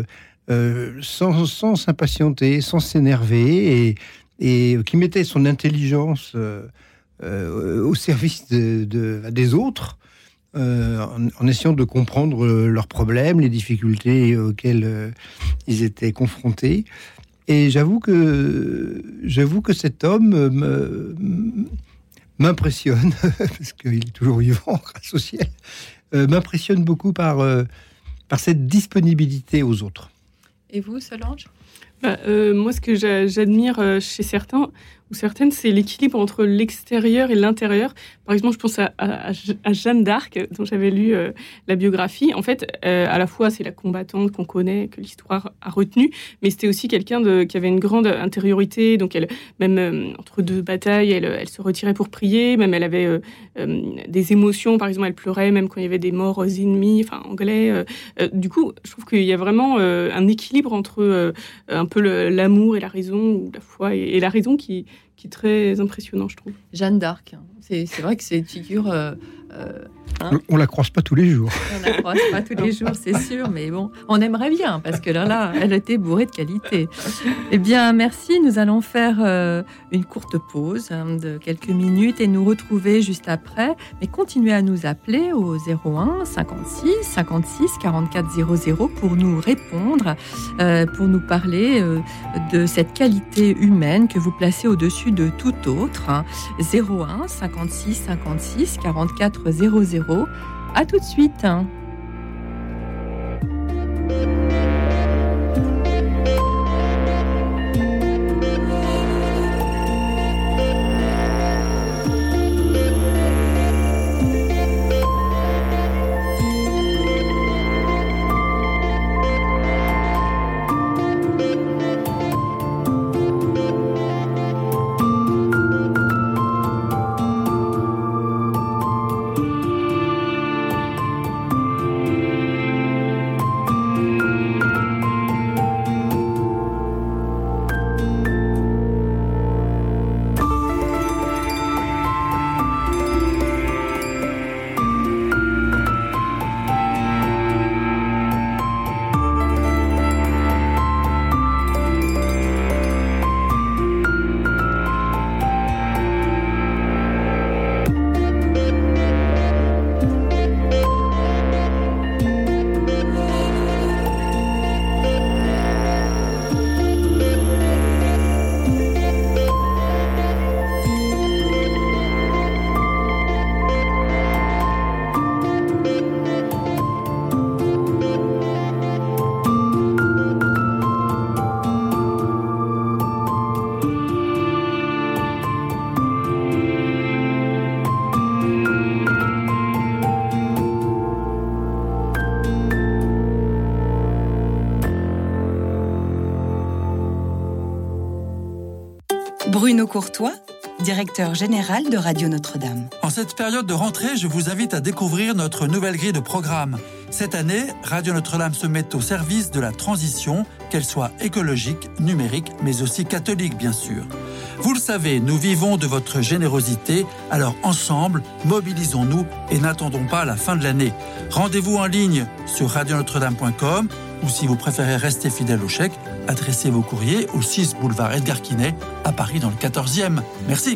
sans s'impatienter, sans s'énerver, et qui mettait son intelligence au service des autres, en essayant de comprendre leurs problèmes, les difficultés auxquelles ils étaient confrontés. Et j'avoue que cet homme m'impressionne, parce qu'il est toujours vivant grâce au ciel, m'impressionne beaucoup par cette disponibilité aux autres. Et vous, Solange ? Moi, ce que j'admire chez certains ou certaines, c'est l'équilibre entre l'extérieur et l'intérieur. Par exemple, je pense à Jeanne d'Arc, dont j'avais lu la biographie. En fait, à la fois, c'est la combattante qu'on connaît, que l'histoire a retenue, mais c'était aussi quelqu'un qui avait une grande intériorité. Donc, même entre deux batailles, elle se retirait pour prier. Même, elle avait des émotions. Par exemple, elle pleurait même quand il y avait des morts ennemis, anglais. Du coup, je trouve qu'il y a vraiment un équilibre entre un peu l'amour et la raison, ou la foi et la raison qui est très impressionnant, je trouve. Jeanne d'Arc, c'est vrai que c'est une figure... on la croise pas tous les jours. On la croise pas tous les jours, c'est sûr, mais bon, on aimerait bien, parce que là, elle était bourrée de qualité. Eh bien, merci. Nous allons faire une courte pause de quelques minutes et nous retrouver juste après. Mais continuez à nous appeler au 01 56 56 44 00 pour nous répondre, pour nous parler de cette qualité humaine que vous placez au-dessus de tout autre. 01 56 56 44 00. À tout de suite. Bruno Courtois, directeur général de Radio Notre-Dame. En cette période de rentrée, je vous invite à découvrir notre nouvelle grille de programme. Cette année, Radio Notre-Dame se met au service de la transition, qu'elle soit écologique, numérique, mais aussi catholique, bien sûr. Vous le savez, nous vivons de votre générosité, alors ensemble, mobilisons-nous et n'attendons pas la fin de l'année. Rendez-vous en ligne sur radionotre-dame.com ou si vous préférez rester fidèle au chèque, adressez vos courriers au 6 boulevard Edgar Quinet, à Paris dans le 14e. Merci.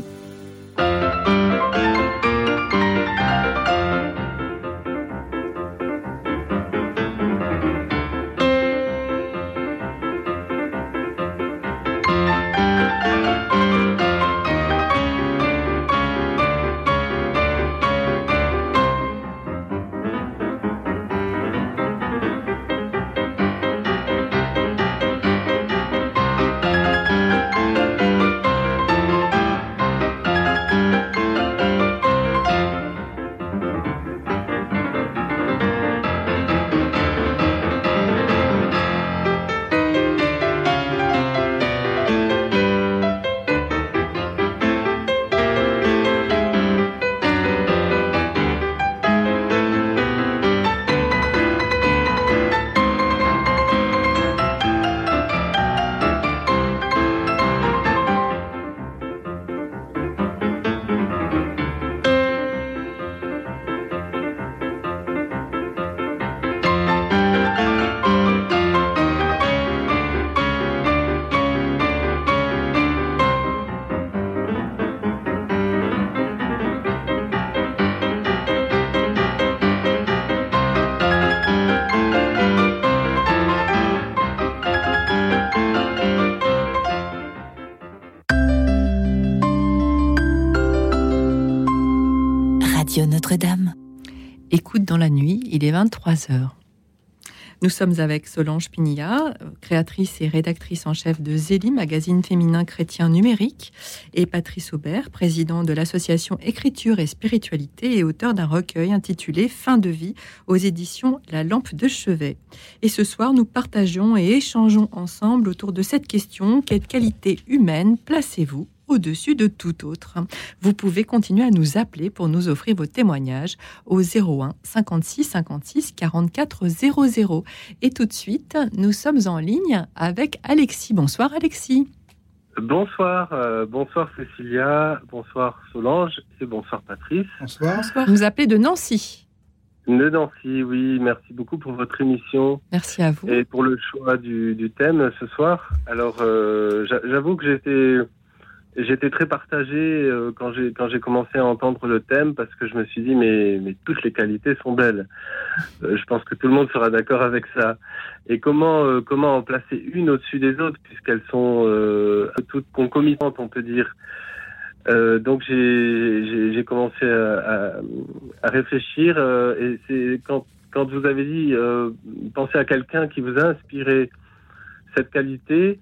Radio Notre-Dame. Écoute dans la nuit, il est 23h. Nous sommes avec Solange Pinilla, créatrice et rédactrice en chef de Zélie, magazine féminin chrétien numérique, et Patrice Aubert, président de l'association Écriture et Spiritualité et auteur d'un recueil intitulé Fin de vie aux éditions La Lampe de Chevet. Et ce soir, nous partageons et échangeons ensemble autour de cette question: quelle qualité humaine placez-vous au-dessus de tout autre? Vous pouvez continuer à nous appeler pour nous offrir vos témoignages au 01 56 56 44 00. Et tout de suite, nous sommes en ligne avec Alexis. Bonsoir Alexis. Bonsoir, bonsoir Cécilia, bonsoir Solange et bonsoir Patrice. Bonsoir. Vous nous appelez de Nancy. De Nancy, oui, merci beaucoup pour votre émission. Merci à vous. Et pour le choix du thème ce soir. Alors, j'avoue que j'étais très partagé quand j'ai commencé à entendre le thème, parce que je me suis dit mais toutes les qualités sont belles. Je pense que tout le monde sera d'accord avec ça. Et comment en placer une au-dessus des autres, puisqu'elles sont toutes concomitantes, on peut dire. Donc j'ai commencé à réfléchir, et c'est quand vous avez dit pensez à quelqu'un qui vous a inspiré cette qualité.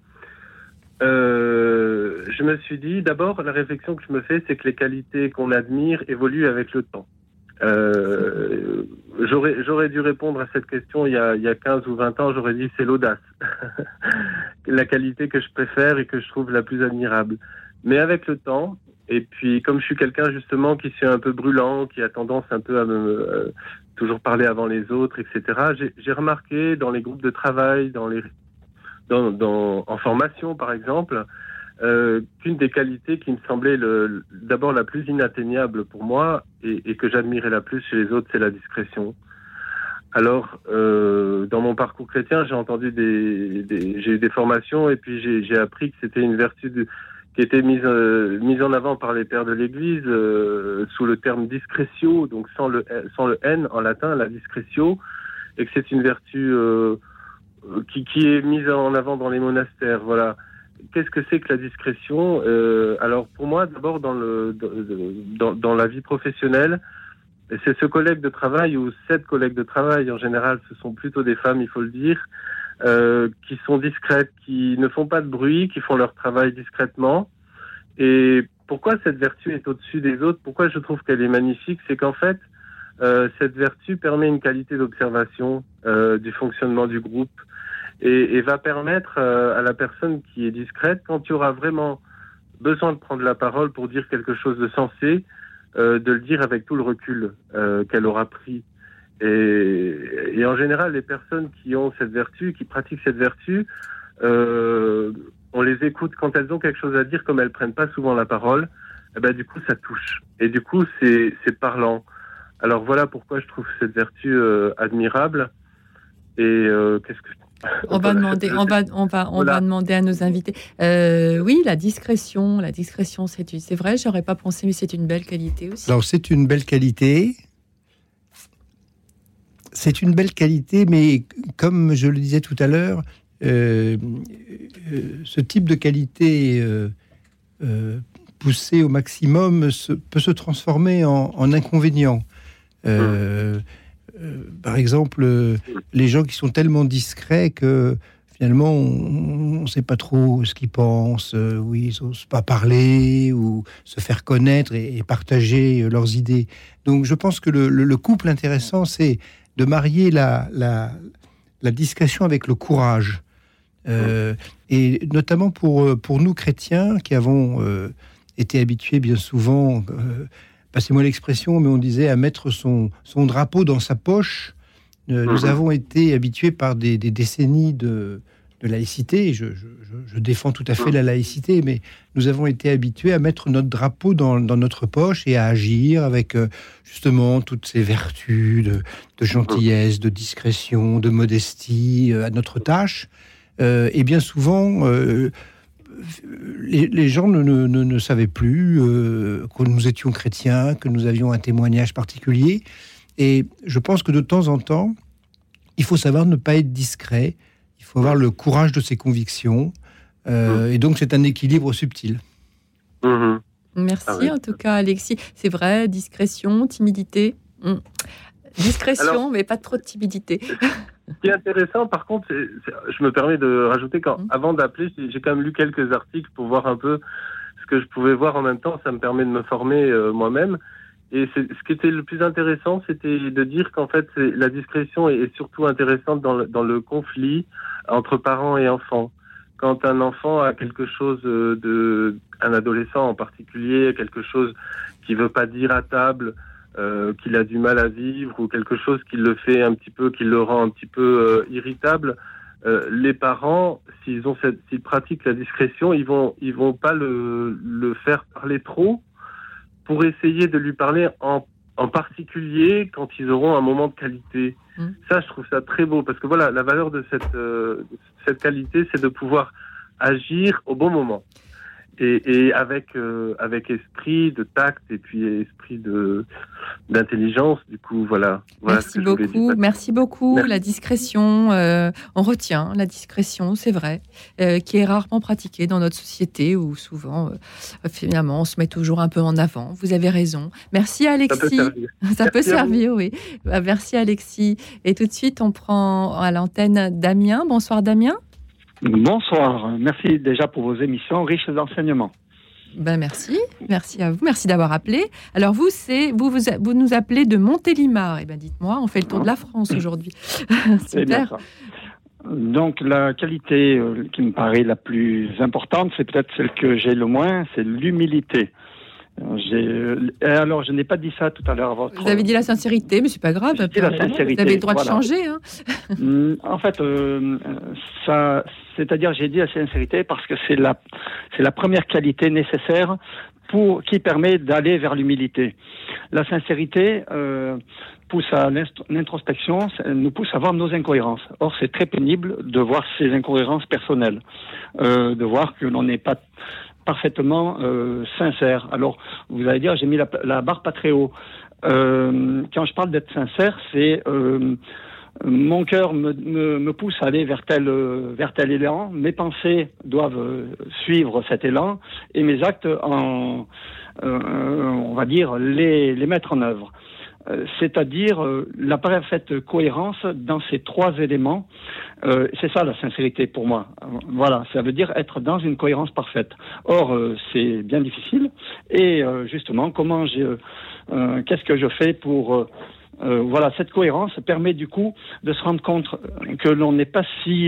Je me suis dit, d'abord, la réflexion que je me fais, c'est que les qualités qu'on admire évoluent avec le temps. J'aurais dû répondre à cette question il y a 15 ou 20 ans, j'aurais dit c'est l'audace. La qualité que je préfère et que je trouve la plus admirable. Mais avec le temps, et puis comme je suis quelqu'un justement qui suis un peu brûlant, qui a tendance un peu à me toujours parler avant les autres, etc., j'ai remarqué dans les groupes de travail, en formation par exemple, qu'une des qualités qui me semblait d'abord la plus inatteignable pour moi et que j'admirais la plus chez les autres, c'est la discrétion. Alors, dans mon parcours chrétien, j'ai entendu j'ai eu des formations, et puis j'ai appris que c'était une vertu qui était mise en avant par les pères de l'Église sous le terme discrétio, donc sans le N en latin, la discrétio, et que c'est une vertu qui est mise en avant dans les monastères. Voilà. Qu'est-ce que c'est que la discrétion? Alors pour moi, d'abord dans la vie professionnelle, c'est ce collègue de travail ou cette collègue de travail, en général ce sont plutôt des femmes, il faut le dire, qui sont discrètes, qui ne font pas de bruit, qui font leur travail discrètement. Et pourquoi cette vertu est au-dessus des autres? Pourquoi je trouve qu'elle est magnifique? C'est qu'en fait, cette vertu permet une qualité d'observation du fonctionnement du groupe, et va permettre à la personne qui est discrète, quand il y aura vraiment besoin de prendre la parole pour dire quelque chose de sensé, de le dire avec tout le recul qu'elle aura pris. Et en général, les personnes qui ont cette vertu, qui pratiquent cette vertu, on les écoute quand elles ont quelque chose à dire, comme elles prennent pas souvent la parole, et ben du coup ça touche. Et du coup c'est parlant. Alors voilà pourquoi je trouve cette vertu admirable. Et qu'est-ce que on va demander à nos invités. Oui, la discrétion, c'est vrai, j'aurais pas pensé, mais c'est une belle qualité aussi. Alors c'est une belle qualité. C'est une belle qualité, mais comme je le disais tout à l'heure, ce type de qualité poussée au maximum peut se transformer en inconvénient. Par exemple, les gens qui sont tellement discrets que finalement on ne sait pas trop ce qu'ils pensent, ils n'osent pas parler ou se faire connaître et partager leurs idées. Donc je pense que le couple intéressant, c'est de marier la discrétion avec le courage. Et notamment pour nous chrétiens qui avons été habitués bien souvent, passez-moi l'expression, mais on disait à mettre son drapeau dans sa poche. Nous avons été habitués par des décennies de laïcité. Je défends tout à fait la laïcité, mais nous avons été habitués à mettre notre drapeau dans notre poche et à agir avec justement toutes ces vertus de gentillesse, de discrétion, de modestie à notre tâche. Et bien souvent, les gens ne savaient plus que nous étions chrétiens, que nous avions un témoignage particulier. Et je pense que de temps en temps, il faut savoir ne pas être discret. Il faut avoir le courage de ses convictions. Et donc, c'est un équilibre subtil. Merci en tout cas, Alexis. C'est vrai, discrétion, timidité. Discrétion, alors, mais pas trop de timidité. Ce qui est intéressant, par contre, je me permets de rajouter, avant d'appeler, j'ai quand même lu quelques articles pour voir un peu ce que je pouvais voir en même temps. Ça me permet de me former moi-même. Et ce qui était le plus intéressant, c'était de dire qu'en fait, la discrétion est surtout intéressante dans le conflit entre parents et enfants. Quand un enfant a quelque chose un adolescent en particulier, quelque chose qu'il veut pas dire à table, qu'il a du mal à vivre, ou quelque chose qui le rend un petit peu irritable, les parents, s'ils pratiquent la discrétion, ils vont pas le faire parler trop, pour essayer de lui parler en particulier quand ils auront un moment de qualité. Ça, je trouve ça très beau, parce que voilà, la valeur de cette qualité, c'est de pouvoir agir au bon moment. Et avec esprit de tact et puis esprit d'intelligence, du coup, voilà. Merci beaucoup. Merci beaucoup. La discrétion, on retient la discrétion, c'est vrai, qui est rarement pratiquée dans notre société où souvent, finalement, on se met toujours un peu en avant. Vous avez raison. Merci Alexis. Ça peut servir, oui. Merci Alexis. Et tout de suite, on prend à l'antenne Damien. Bonsoir Damien. Bonsoir, merci déjà pour vos émissions riches d'enseignements. Merci à vous, merci d'avoir appelé. Alors vous nous appelez de Montélimar. Eh bien dites-moi, on fait le tour de la France aujourd'hui. Super. Donc la qualité qui me paraît la plus importante, c'est peut-être celle que j'ai le moins, c'est l'humilité. Alors, je n'ai pas dit ça tout à l'heure. Vous avez dit la sincérité, mais c'est pas grave. La sincérité, vous avez le droit de changer. Hein. En fait, c'est-à-dire, j'ai dit la sincérité parce que c'est la première qualité nécessaire qui permet d'aller vers l'humilité. La sincérité pousse à l'introspection, nous pousse à voir nos incohérences. Or, c'est très pénible de voir ces incohérences personnelles, de voir que l'on n'est pas parfaitement sincère. Alors, vous allez dire, j'ai mis la barre pas très haut. Quand je parle d'être sincère, c'est mon cœur me pousse à aller vers tel élan, mes pensées doivent suivre cet élan, et mes actes, on va dire, les mettre en œuvre. C'est-à-dire la parfaite cohérence dans ces trois éléments. C'est ça la sincérité pour moi. Voilà, ça veut dire être dans une cohérence parfaite. Or, c'est bien difficile. Et justement, qu'est-ce que je fais pour voilà, cette cohérence permet du coup de se rendre compte que l'on n'est pas si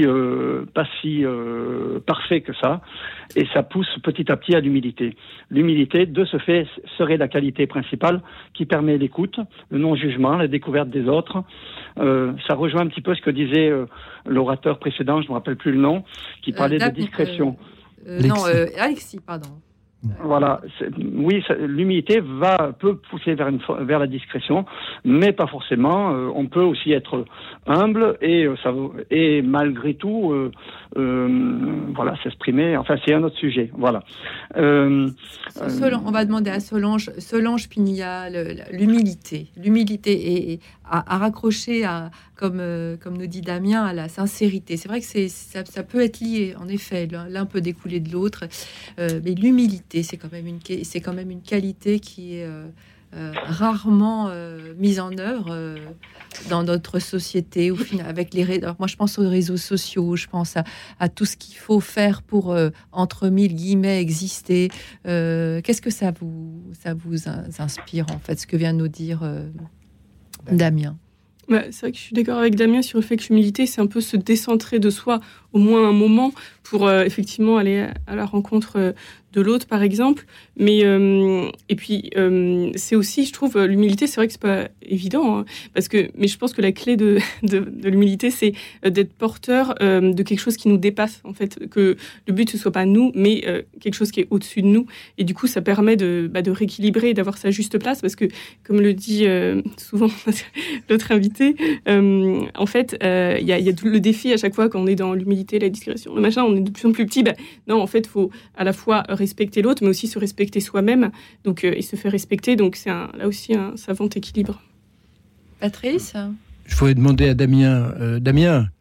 parfait que ça, et ça pousse petit à petit à l'humilité. L'humilité, de ce fait, serait la qualité principale qui permet l'écoute, le non-jugement, la découverte des autres. Ça rejoint un petit peu ce que disait l'orateur précédent, je ne me rappelle plus le nom, qui parlait de discrétion. Alexis, pardon. Voilà, l'humilité peut pousser vers la discrétion, mais pas forcément. On peut aussi être humble et malgré tout, voilà, s'exprimer. Enfin, c'est un autre sujet. Voilà. On va demander à Solange Pignat l'humilité et à raccrocher comme nous dit Damien, à la sincérité. C'est vrai que ça peut être lié, en effet. L'un peut découler de l'autre, mais l'humilité, c'est quand même une qualité qui est rarement mise en œuvre dans notre société. Avec moi, je pense aux réseaux sociaux, je pense à tout ce qu'il faut faire pour entre mille guillemets exister. Qu'est-ce que ça vous inspire en fait, ce que vient de nous dire Damien? C'est vrai que je suis d'accord avec Damien sur le fait que l'humilité, c'est un peu se décentrer de soi au moins un moment pour effectivement aller à la rencontre de l'autre, par exemple. Mais et puis c'est aussi, je trouve, l'humilité. C'est vrai que c'est pas évident, hein, mais je pense que la clé de l'humilité, c'est d'être porteur de quelque chose qui nous dépasse. En fait, que le but ce soit pas nous, mais quelque chose qui est au-dessus de nous. Et du coup, ça permet de rééquilibrer, d'avoir sa juste place, parce que, comme le dit souvent l'autre invité, en fait, il y a le défi à chaque fois quand on est dans l'humilité, la discrétion, le machin, on est de plus en plus petit. Non, en fait, faut à la fois respecter l'autre, mais aussi se respecter soi-même, donc et se faire respecter. Donc c'est là aussi un savant équilibre. Patrice, je voudrais demander à Damien,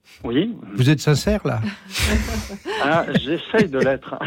Oui. Vous êtes sincère, là? J'essaye de l'être.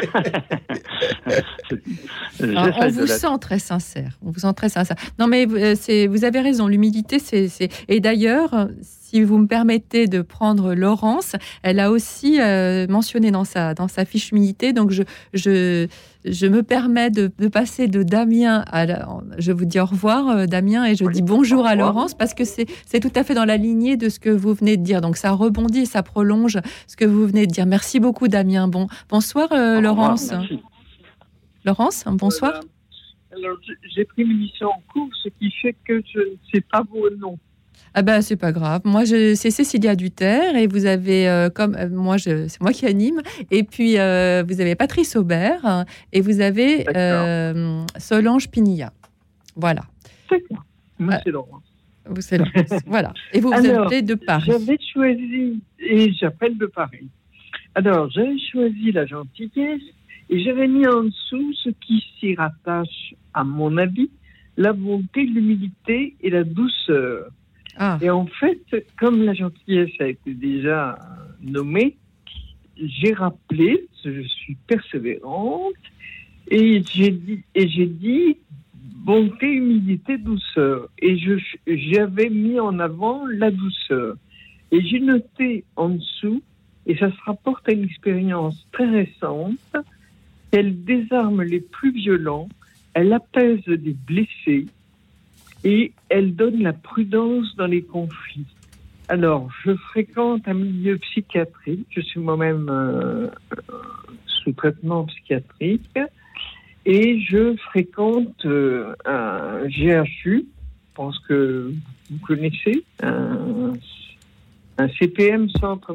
On vous sent très sincère. On vous sent très sincère. Non, mais vous avez raison. L'humilité, Et d'ailleurs, si vous me permettez de prendre Laurence, elle a aussi mentionné dans sa fiche humilité. Donc, je me permets de passer de Damien je vous dis au revoir, Damien, et je dis bonjour à Laurence, parce que c'est tout à fait dans la lignée de ce que vous venez de dire. Donc, ça rebondit et ça prolonge ce que vous venez de dire. Merci beaucoup, Damien. Bonsoir, Laurence. Merci. Laurence, bonsoir. Alors, j'ai pris l'émission en cours, ce qui fait que je ne sais pas vos noms. Ah ben c'est pas grave. Moi c'est Cécilia Duterre et vous avez c'est moi qui anime et puis vous avez Patrice Aubert et vous avez Solange Pinilla. Voilà. D'accord. Moi c'est Laurence. Vous c'est Laurence. Voilà. Et vous appelez de Paris. J'avais choisi et j'appelle de Paris. Alors j'avais choisi la gentillesse et j'avais mis en dessous ce qui s'y rattache à mon avis, la bonté, l'humilité et la douceur. Et en fait, comme la gentillesse a été déjà nommée, j'ai rappelé, je suis persévérante, et j'ai dit bonté, humilité, douceur. Et j'avais mis en avant la douceur. Et j'ai noté en dessous, et ça se rapporte à une expérience très récente, qu'elle désarme les plus violents, elle apaise des blessés, et elle donne la prudence dans les conflits. Alors, je fréquente un milieu psychiatrique, je suis moi-même sous traitement psychiatrique, et je fréquente un GHU, je pense que vous connaissez, un CPM, Centre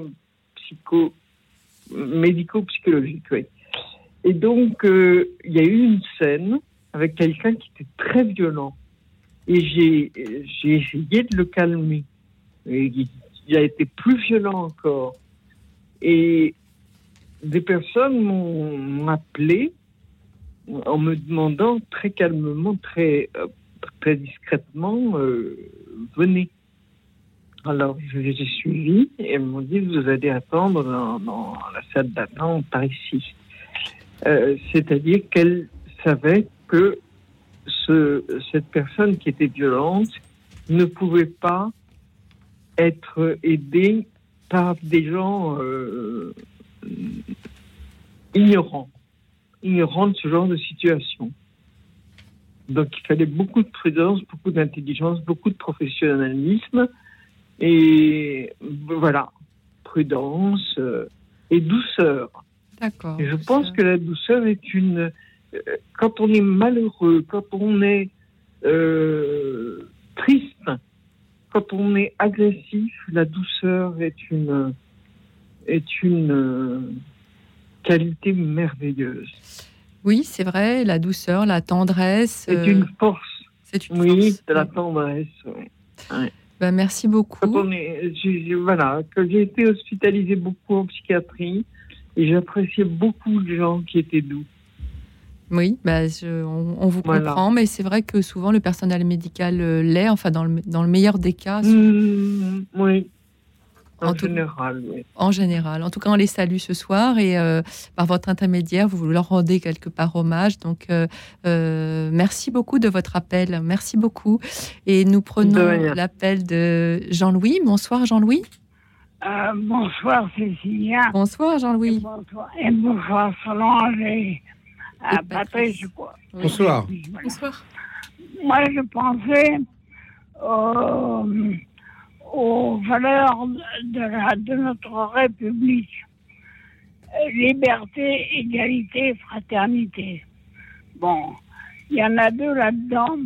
médico-psychologique, oui. Et donc, il y a eu une scène avec quelqu'un qui était très violent. Et j'ai essayé de le calmer. Et il a été plus violent encore. Et des personnes m'ont appelé en me demandant très calmement, très discrètement, venez. Alors, je les ai suivis et elles m'ont dit, vous allez attendre dans la salle d'attente par ici. C'est-à-dire qu'elles savaient que cette personne qui était violente ne pouvait pas être aidée par des gens ignorants de ce genre de situation. Donc il fallait beaucoup de prudence, beaucoup d'intelligence, beaucoup de professionnalisme et voilà, prudence et douceur. D'accord. Et je pense que la douceur est une... Quand on est malheureux, quand on est triste, quand on est agressif, la douceur est une qualité merveilleuse. Oui, c'est vrai, la douceur, la tendresse. C'est une force. C'est une force. De la tendresse. Ouais. Ben, merci beaucoup. Quand j'ai été hospitalisée beaucoup en psychiatrie et j'appréciais beaucoup les gens qui étaient doux. Oui, on vous comprend, mais c'est vrai que souvent le personnel médical l'est, enfin dans le meilleur des cas. Oui, en général, oui. En général. En tout cas, on les salue ce soir et par votre intermédiaire, vous leur rendez quelque part hommage. Donc, merci beaucoup de votre appel. Merci beaucoup. Et nous prenons l'appel de Jean-Louis. Bonsoir, Jean-Louis. Bonsoir, Cécilia. Bonsoir, Jean-Louis. Et bonsoir, Solange et Patrice, je crois. Bonsoir. Bonsoir. Moi, je pensais aux valeurs de notre République. Liberté, égalité, fraternité. Bon, il y en a deux là-dedans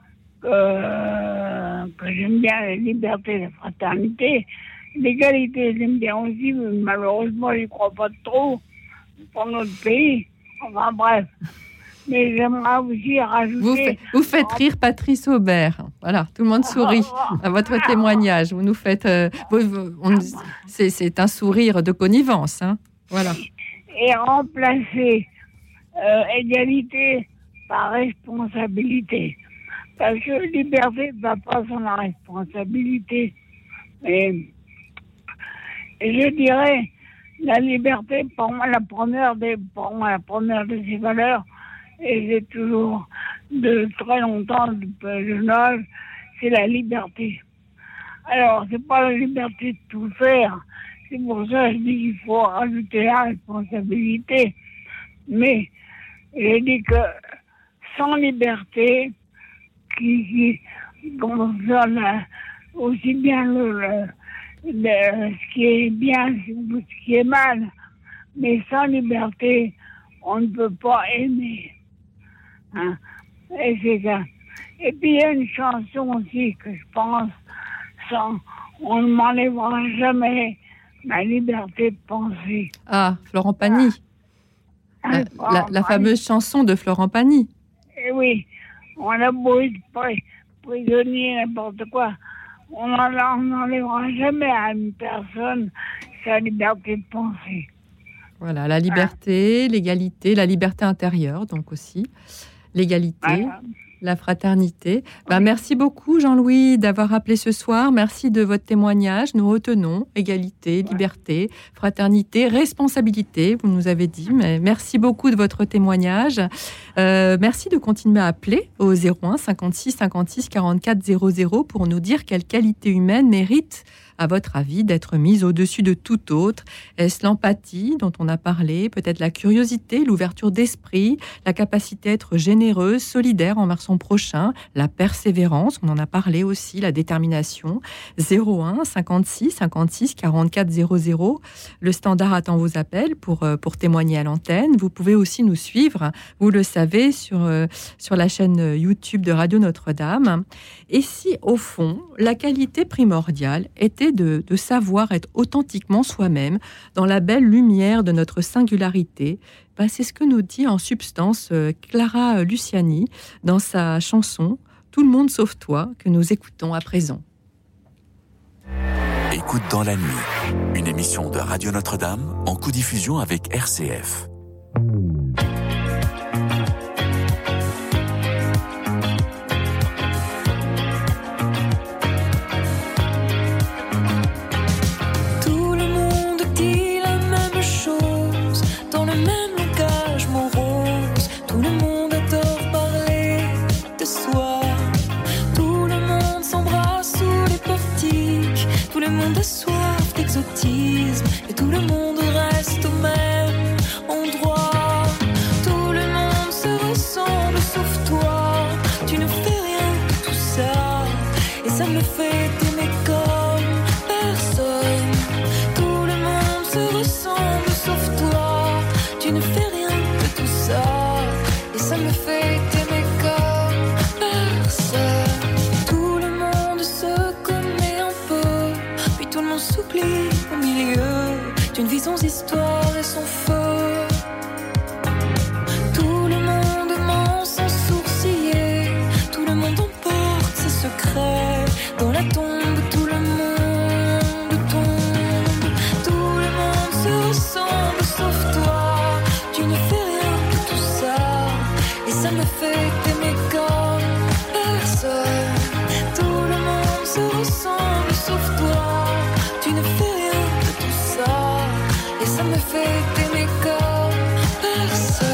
que j'aime bien, la liberté et la fraternité. L'égalité, j'aime bien aussi, mais malheureusement, je n'y crois pas trop pour notre pays. Enfin bref, mais j'aimerais aussi rajouter... Vous faites rire Patrice Aubert. Voilà, tout le monde sourit à votre témoignage. Vous nous faites... c'est un sourire de connivence. Hein. Voilà. Et remplacer égalité par responsabilité. Parce que liberté ne va pas sans la responsabilité. Mais Et je dirais, la liberté, pour moi, la première de ces valeurs, et c'est toujours de très longtemps, depuis jeune âge, c'est la liberté. Alors, c'est pas la liberté de tout faire. C'est pour ça que je dis qu'il faut rajouter la responsabilité. Mais je dis que sans liberté, qui concerne aussi bien ce qui est bien ou ce qui est mal, mais sans liberté, on ne peut pas aimer. Hein? Et c'est ça. Et puis il y a une chanson aussi que je pense, on ne m'enlèvera jamais ma liberté de penser. Ah, Florent Pagny. La fameuse chanson de Florent Pagny. Eh oui, on a beau être prisonnier, n'importe quoi. On n'enlèvera jamais à une personne sa liberté de penser. Voilà, la liberté, l'égalité, la liberté intérieure, donc aussi. L'égalité, la fraternité. Merci beaucoup, Jean-Louis, d'avoir appelé ce soir. Merci de votre témoignage. Nous retenons égalité, liberté, fraternité, responsabilité, vous nous avez dit. Mais merci beaucoup de votre témoignage. Merci de continuer à appeler au 01 56 56 44 00 pour nous dire quelle qualité humaine mérite, à votre avis, d'être mise au-dessus de tout autre. Est-ce l'empathie dont on a parlé, peut-être la curiosité, l'ouverture d'esprit, la capacité à être généreuse, solidaire envers son prochain, la persévérance, on en a parlé aussi, la détermination. 01 56 56 44 00. Le standard attend vos appels pour témoigner à l'antenne. Vous pouvez aussi nous suivre, vous le savez, sur la chaîne YouTube de Radio Notre-Dame. Et si, au fond, la qualité primordiale était de savoir être authentiquement soi-même dans la belle lumière de notre singularité, c'est ce que nous dit en substance Clara Luciani dans sa chanson « Tout le monde sauf toi » que nous écoutons à présent. Écoute dans la nuit, une émission de Radio Notre-Dame en codiffusion avec RCF. Soif d'exotisme et tout le monde reste au même endroit. Tout le monde se ressemble sauf toi. Tu ne fais rien de tout ça et ça me fait t'aimer comme personne. Tout le monde se ressemble sauf toi. Tu ne fais rien de tout ça et ça me fait t'aimer comme personne. Tout le monde se connaît un peu, puis tout le monde s'oublie au milieu d'une vie sans histoire et sans feu. Tout le monde ment sans sourciller, tout le monde emporte ses secrets. Dans la tombe, tout le monde tombe. Tout le monde se ressemble sauf toi. Tu ne fais rien de tout ça et ça me fait t'aimer comme personne. Tout le monde se ressemble sauf toi. Tu ne fais rien de tout ça et ça me fait t'aimer comme personne.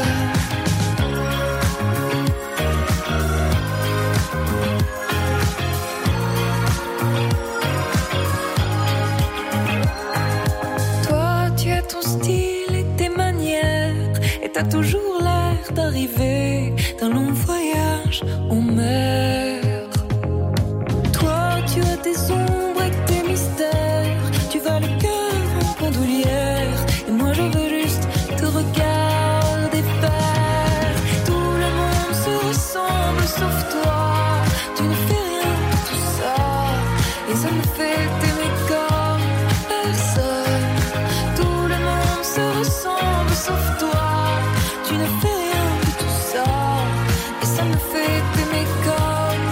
Toi, tu as ton style et tes manières et t'as toujours l'air d'arriver d'un long voyage en mer. Toi, tu as tes ombres et tes mystères. Tu vas le cœur en bandoulière et moi je veux juste te regarder faire. Tout le monde se ressemble sauf toi. Tu ne fais rien de tout ça et ça me fait t'aimer comme personne. Tout le monde se ressemble sauf toi. Tu ne fais rien de tout ça et ça me fait t'aimer comme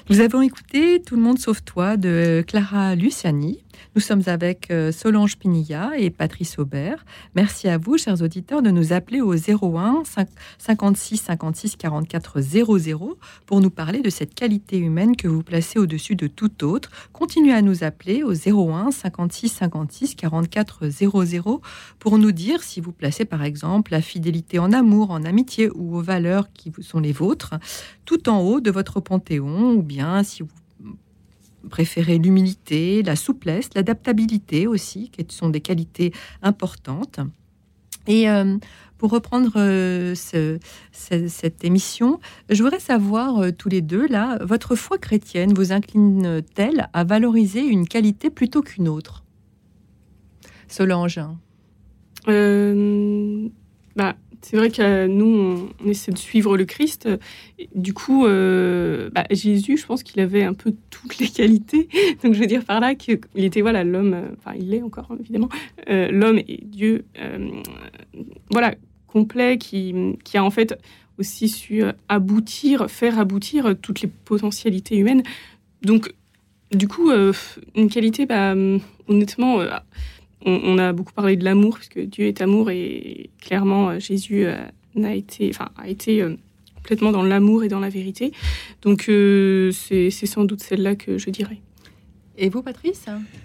Nous avons écouté Tout le monde sauf toi de Clara Luciani. Nous sommes avec Solange Pinilla et Patrice Aubert. Merci à vous, chers auditeurs, de nous appeler au 01 56 56 44 00 pour nous parler de cette qualité humaine que vous placez au-dessus de toute autre. Continuez à nous appeler au 01 56 56 44 00 pour nous dire si vous placez par exemple la fidélité en amour, en amitié ou aux valeurs qui sont les vôtres, tout en haut de votre panthéon, ou bien si vous préférez l'humilité, la souplesse, l'adaptabilité aussi, qui sont des qualités importantes. Et pour reprendre cette émission, je voudrais savoir, tous les deux, là, votre foi chrétienne vous incline-t-elle à valoriser une qualité plutôt qu'une autre ? Solange. C'est vrai que nous, on essaie de suivre le Christ. Du coup, Jésus, je pense qu'il avait un peu toutes les qualités. Donc, je veux dire par là qu'il était, l'homme, il l'est encore, évidemment, l'homme et Dieu, complet, qui a en fait aussi su faire aboutir toutes les potentialités humaines. Donc, du coup, une qualité, honnêtement... On a beaucoup parlé de l'amour, puisque Dieu est amour, et clairement, Jésus a été complètement dans l'amour et dans la vérité. Donc, c'est sans doute celle-là que je dirais. Et vous, Patrice ?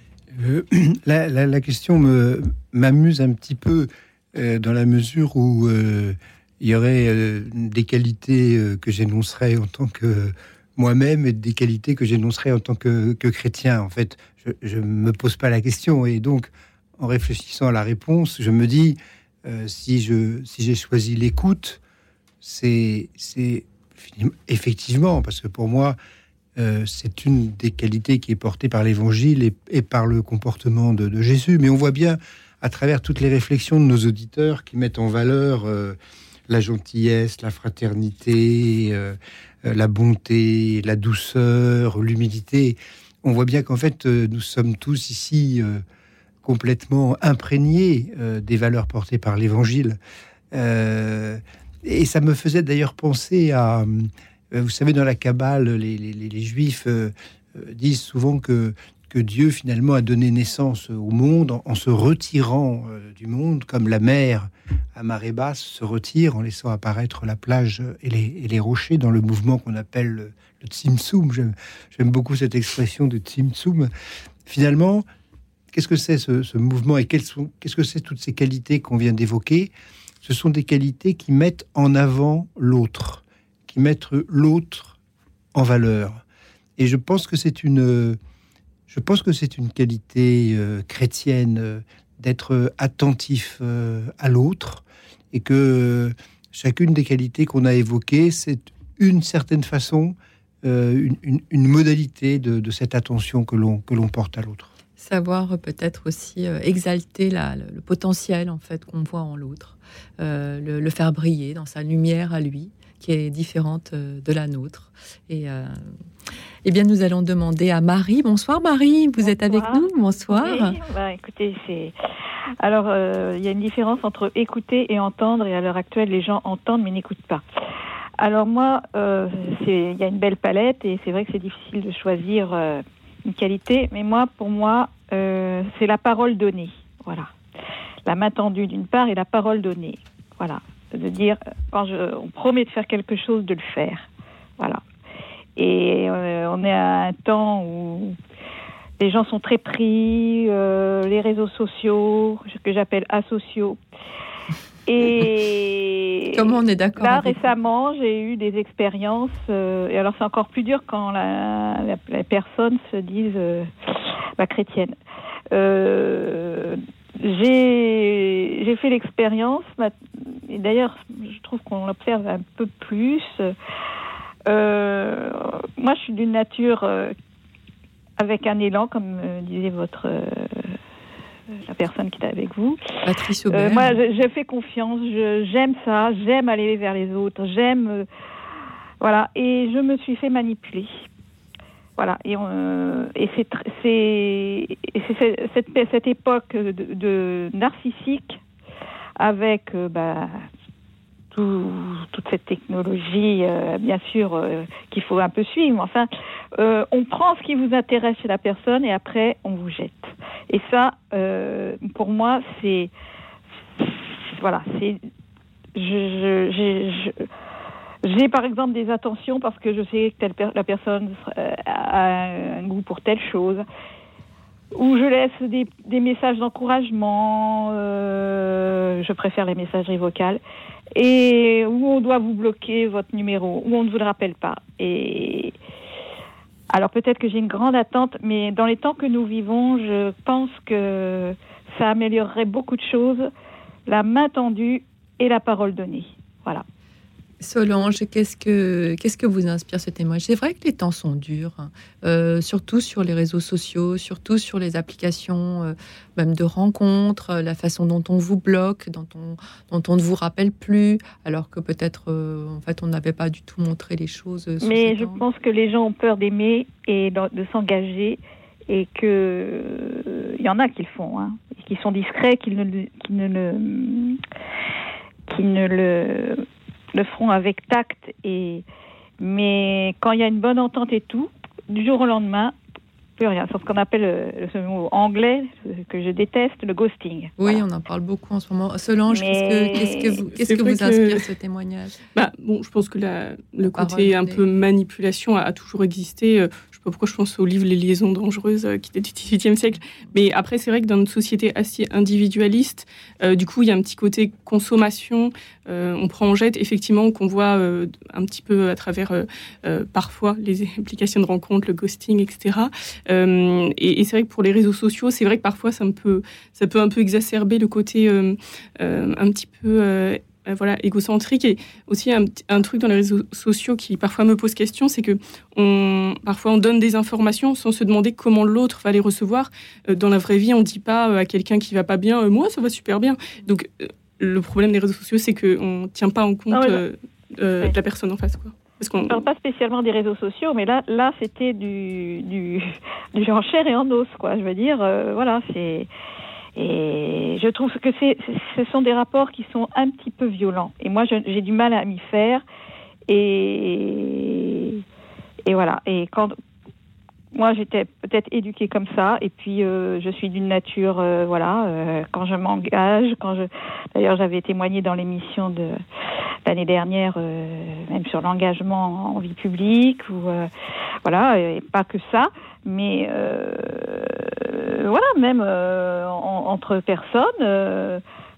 La question m'amuse un petit peu dans la mesure où il y aurait des qualités que j'énoncerais en tant que moi-même et des qualités que j'énoncerais en tant que chrétien. En fait, je ne me pose pas la question, et donc... En réfléchissant à la réponse, je me dis, si j'ai choisi l'écoute, c'est effectivement, parce que pour moi, c'est une des qualités qui est portée par l'Évangile et par le comportement de Jésus. Mais on voit bien, à travers toutes les réflexions de nos auditeurs qui mettent en valeur la gentillesse, la fraternité, la bonté, la douceur, l'humilité, on voit bien qu'en fait, nous sommes tous ici... complètement imprégné des valeurs portées par l'Évangile. Et ça me faisait d'ailleurs penser à... vous savez, dans la Kabbale, les Juifs disent souvent que Dieu, finalement, a donné naissance au monde en se retirant du monde, comme la mer à marée basse se retire en laissant apparaître la plage et les rochers dans le mouvement qu'on appelle le Tzimtzum. J'aime beaucoup cette expression de Tzimtzum. Finalement... Qu'est-ce que c'est ce mouvement et qu'est-ce que c'est toutes ces qualités qu'on vient d'évoquer ? Ce sont des qualités qui mettent en avant l'autre, qui mettent l'autre en valeur. Et je pense que c'est une qualité chrétienne d'être attentif à l'autre, et que chacune des qualités qu'on a évoquées, c'est une certaine façon, une modalité de cette attention que l'on porte à l'autre. Savoir peut-être aussi exalter le potentiel en fait qu'on voit en l'autre, le faire briller dans sa lumière à lui, qui est différente de la nôtre. Et bien, nous allons demander à Marie. Bonsoir Marie, vous êtes avec nous. Bonsoir. Oui, écoutez, alors il y a une différence entre écouter et entendre, et à l'heure actuelle, les gens entendent mais n'écoutent pas. Alors moi, il y a une belle palette, et c'est vrai que c'est difficile de choisir une qualité, mais pour moi, c'est la parole donnée. Voilà. La main tendue d'une part et la parole donnée. Voilà. De dire, quand on promet de faire quelque chose, de le faire. Voilà. Et on est à un temps où les gens sont très pris, les réseaux sociaux, ce que j'appelle asociaux. Et comment on est d'accord là, récemment, j'ai eu des expériences, et alors c'est encore plus dur quand la personne se dise chrétienne. J'ai fait l'expérience, et d'ailleurs, je trouve qu'on l'observe un peu plus. Moi, je suis d'une nature avec un élan, comme disait la personne qui est avec vous. Patrice Aubert. Moi, je fais confiance, j'aime ça, j'aime aller vers les autres, voilà, et je me suis fait manipuler. Voilà, et c'est cette époque de narcissique avec toute cette technologie, bien sûr, qu'il faut un peu suivre. Enfin, on prend ce qui vous intéresse chez la personne et après, on vous jette. Et ça, pour moi, c'est... Voilà, c'est... J'ai par exemple des attentions parce que je sais que la personne a un goût pour telle chose, où je laisse des messages d'encouragement, je préfère les messageries vocales, et où on doit vous bloquer votre numéro, où on ne vous le rappelle pas. Et alors peut-être que j'ai une grande attente, mais dans les temps que nous vivons, je pense que ça améliorerait beaucoup de choses, la main tendue et la parole donnée. Voilà. Solange, qu'est-ce que vous inspire ce témoignage ? C'est vrai que les temps sont durs, surtout sur les réseaux sociaux, surtout sur les applications même de rencontres, la façon dont on vous bloque, dont on ne vous rappelle plus, alors que peut-être en fait on n'avait pas du tout montré les choses. Mais je pense que les gens ont peur d'aimer et de s'engager, et que il y en a qui le font, hein, qui sont discrets, qui ne le feront avec tact, mais quand il y a une bonne entente et tout, du jour au lendemain, plus rien. C'est ce qu'on appelle ce mot anglais que je déteste, le ghosting. Oui, voilà. On en parle beaucoup en ce moment. Solange, qu'est-ce que vous inspire ce témoignage ? Je pense que le côté un peu manipulation a toujours existé. Je ne sais pas pourquoi je pense au livre Les liaisons dangereuses qui date du XVIIIe siècle. Mais après, c'est vrai que dans notre société assez individualiste, du coup, il y a un petit côté consommation. On prend en jette, effectivement, qu'on voit un petit peu à travers parfois les applications de rencontres, le ghosting, etc. Et c'est vrai que pour les réseaux sociaux, c'est vrai que parfois ça peut un peu exacerber le côté un petit peu égocentrique. Et aussi un truc dans les réseaux sociaux qui parfois me pose question, c'est que parfois on donne des informations sans se demander comment l'autre va les recevoir. Dans la vraie vie, on ne dit pas à quelqu'un qui va pas bien, moi ça va super bien. Donc le problème des réseaux sociaux, c'est qu'on ne tient pas en compte de la personne en face, quoi. On ne parle pas spécialement des réseaux sociaux, mais là c'était du en chair et en os, quoi. Je veux dire, voilà, c'est... Et je trouve que ce sont des rapports qui sont un petit peu violents. Et moi, j'ai du mal à m'y faire. Et voilà. Et quand... Moi, j'étais peut-être éduquée comme ça, et puis je suis d'une nature, quand je m'engage, d'ailleurs, j'avais témoigné dans l'émission de l'année dernière, même sur l'engagement en vie publique, et pas que ça, mais même entre personnes,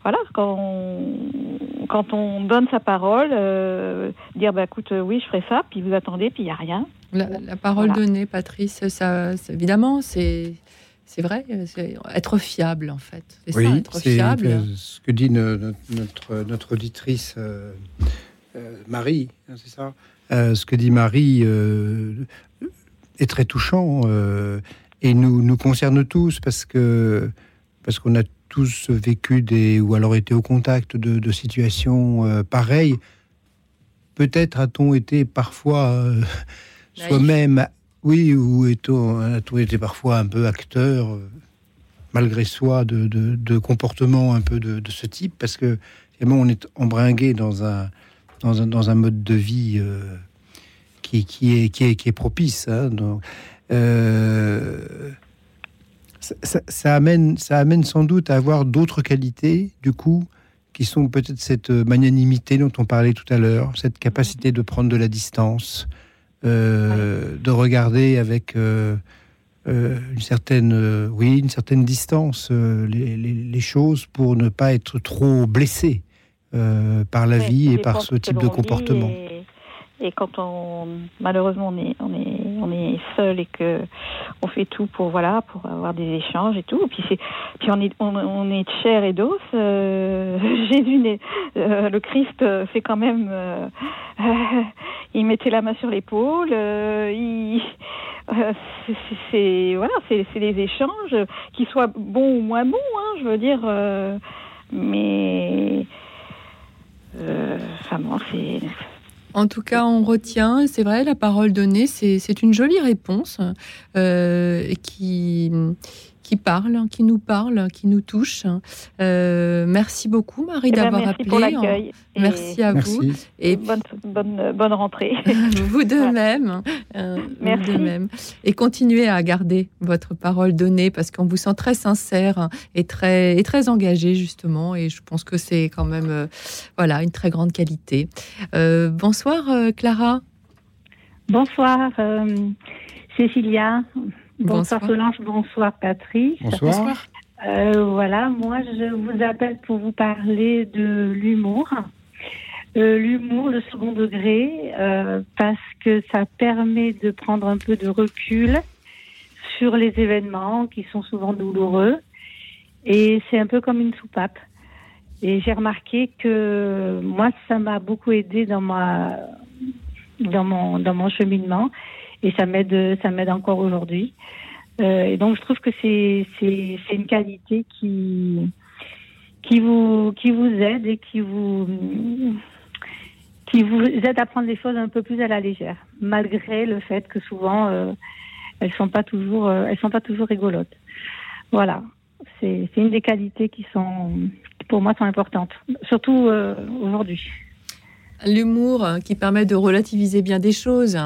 quand on donne sa parole, dire écoute, oui, je ferai ça, puis vous attendez, puis il n'y a rien. La parole donnée, Patrice, ça évidemment, c'est vrai, c'est être fiable, en fait. C'est oui, ça, être fiable. Ce que dit notre auditrice Marie, c'est ça. Ce que dit Marie est très touchant et nous concerne tous parce qu'on a tous vécu ou alors été au contact de situations pareilles. Peut-être a-t-on été parfois soi-même, ou a-t-on été parfois un peu acteur, malgré soi, de comportements un peu de ce type, parce que vraiment on est embringué dans un mode de vie qui est propice. Hein, donc, ça amène sans doute à avoir d'autres qualités, du coup, qui sont peut-être cette magnanimité dont on parlait tout à l'heure, cette capacité de prendre de la distance, de regarder avec une certaine distance les choses pour ne pas être trop blessé par la vie et par ce type de comportement. Et quand malheureusement on est seul et que on fait tout pour avoir des échanges et tout, puis on est de chair et d'os. Jésus, le Christ, c'est quand même il mettait la main sur l'épaule. C'est des échanges qui soient bons ou moins bons, hein, je veux dire, mais c'est. En tout cas, on retient, c'est vrai, la parole donnée, c'est une jolie réponse qui parle, qui nous parle, qui nous touche. Merci beaucoup, Marie, d'avoir merci appelé. Pour l'accueil. Merci à vous. Et bonne rentrée. Vous de même. Merci. Vous de même. Et continuez à garder votre parole donnée parce qu'on vous sent très sincère et très engagé, justement. Et je pense que c'est quand même une très grande qualité. Bonsoir, Clara. Bonsoir, Cécilia. Bonsoir Solange, bonsoir Patrice. Bonsoir. Moi je vous appelle pour vous parler de l'humour. L'humour, le second degré, parce que ça permet de prendre un peu de recul sur les événements qui sont souvent douloureux. Et c'est un peu comme une soupape. Et j'ai remarqué que moi, ça m'a beaucoup aidé dans mon cheminement. Et ça m'aide encore aujourd'hui. Et donc je trouve que c'est une qualité qui vous aide et qui vous aide à prendre les choses un peu plus à la légère, malgré le fait que souvent elles sont pas toujours rigolotes. Voilà, c'est une des qualités qui pour moi sont importantes, surtout aujourd'hui. L'humour qui permet de relativiser bien des choses.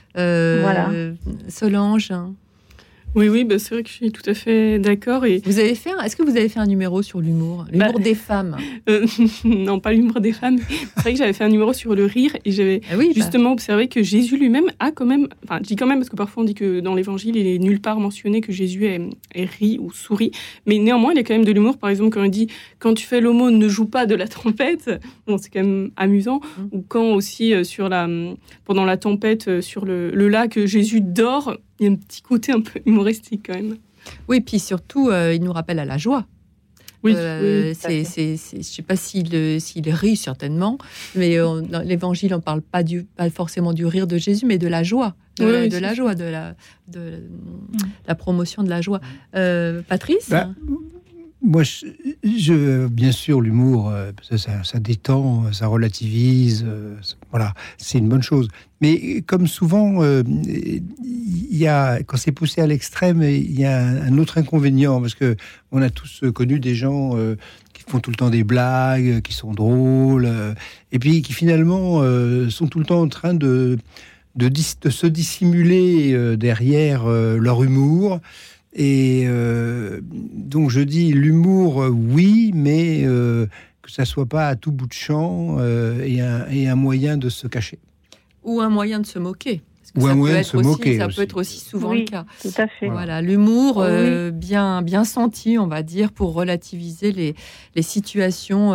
Solange. Oui, c'est vrai que je suis tout à fait d'accord. Et est-ce que vous avez fait un numéro sur l'humour des femmes? Non, pas l'humour des femmes. C'est vrai que j'avais fait un numéro sur le rire et j'avais justement observé que Jésus lui-même a quand même... Enfin, je dis quand même parce que parfois on dit que dans l'Évangile, il est nulle part mentionné que Jésus est ri ou sourit. Mais néanmoins, il y a quand même de l'humour. Par exemple, quand il dit « Quand tu fais l'aumône, ne joue pas de la trompette », bon, c'est quand même amusant. Ou quand aussi, pendant la tempête, sur le lac, Jésus dort... Il y a un petit côté un peu humoristique quand même. Oui, puis surtout, il nous rappelle à la joie. Oui, je ne sais pas s'il rit certainement, mais dans l'Évangile, on ne parle pas forcément du rire de Jésus, mais de la joie, de la promotion de la joie. Patrice moi, bien sûr, l'humour, ça détend, ça relativise, c'est une bonne chose. Mais comme souvent, quand c'est poussé à l'extrême, il y a un autre inconvénient, parce que on a tous connu des gens qui font tout le temps des blagues, qui sont drôles, et puis qui finalement sont tout le temps en train de se dissimuler derrière leur humour. Et donc je dis l'humour, oui, mais que ça soit pas à tout bout de champ et un moyen de se cacher. Ou un moyen de se moquer. Ou un moyen de se moquer. Ça peut être aussi souvent le cas. Tout à fait. Voilà, l'humour bien senti, on va dire, pour relativiser les situations...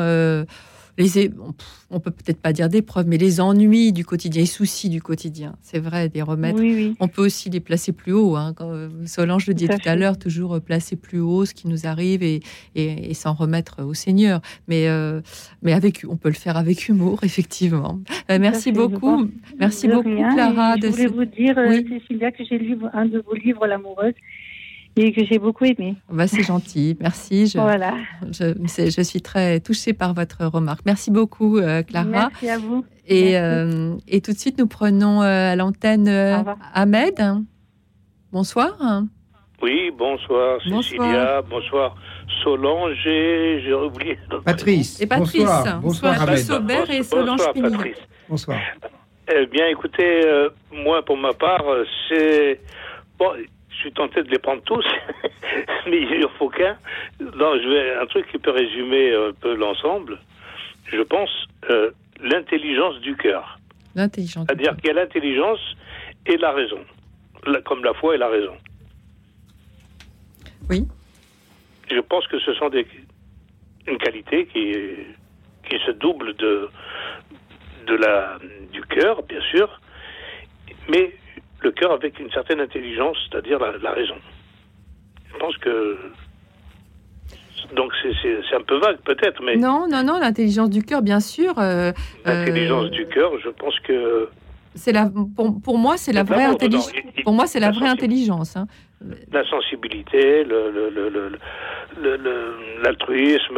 on peut peut-être pas dire des preuves, mais les ennuis du quotidien, les soucis du quotidien, c'est vrai, des remèdes. Oui. On peut aussi les placer plus haut. Quand Solange le dit tout à l'heure, toujours placer plus haut ce qui nous arrive et s'en remettre au Seigneur. Mais on peut le faire avec humour, effectivement. Merci beaucoup. Merci beaucoup, Clara. Je voulais vous dire, Cécilia, que j'ai lu un de vos livres, L'amoureuse, et que j'ai beaucoup aimé. C'est gentil, merci. Je suis très touchée par votre remarque. Merci beaucoup, Clara. Merci à vous. Et tout de suite, nous prenons à l'antenne Ahmed. Bonsoir. Oui, bonsoir Cécilia, bonsoir Solange, j'ai oublié. Patrice. Et Patrice. Bonsoir Ahmed. Saubert et Solange Pinillon. Bonsoir. Eh bien, écoutez, moi, pour ma part, c'est... Bon, je suis tenté de les prendre tous, mais il n'y en faut qu'un. Non, un truc qui peut résumer un peu l'ensemble, je pense, l'intelligence du cœur. C'est-à-dire qu'il y a l'intelligence et la raison, comme la foi et la raison. Oui. Je pense que ce sont une qualité qui se double du cœur, bien sûr, mais le cœur avec une certaine intelligence, c'est-à-dire la raison. Je pense que... Donc c'est un peu vague peut-être, mais... Non, l'intelligence du cœur, bien sûr. L'intelligence du cœur, je pense que... Pour moi, c'est la vraie intelligence. Pour moi, c'est la vraie intelligence. Hein. La sensibilité, l'altruisme,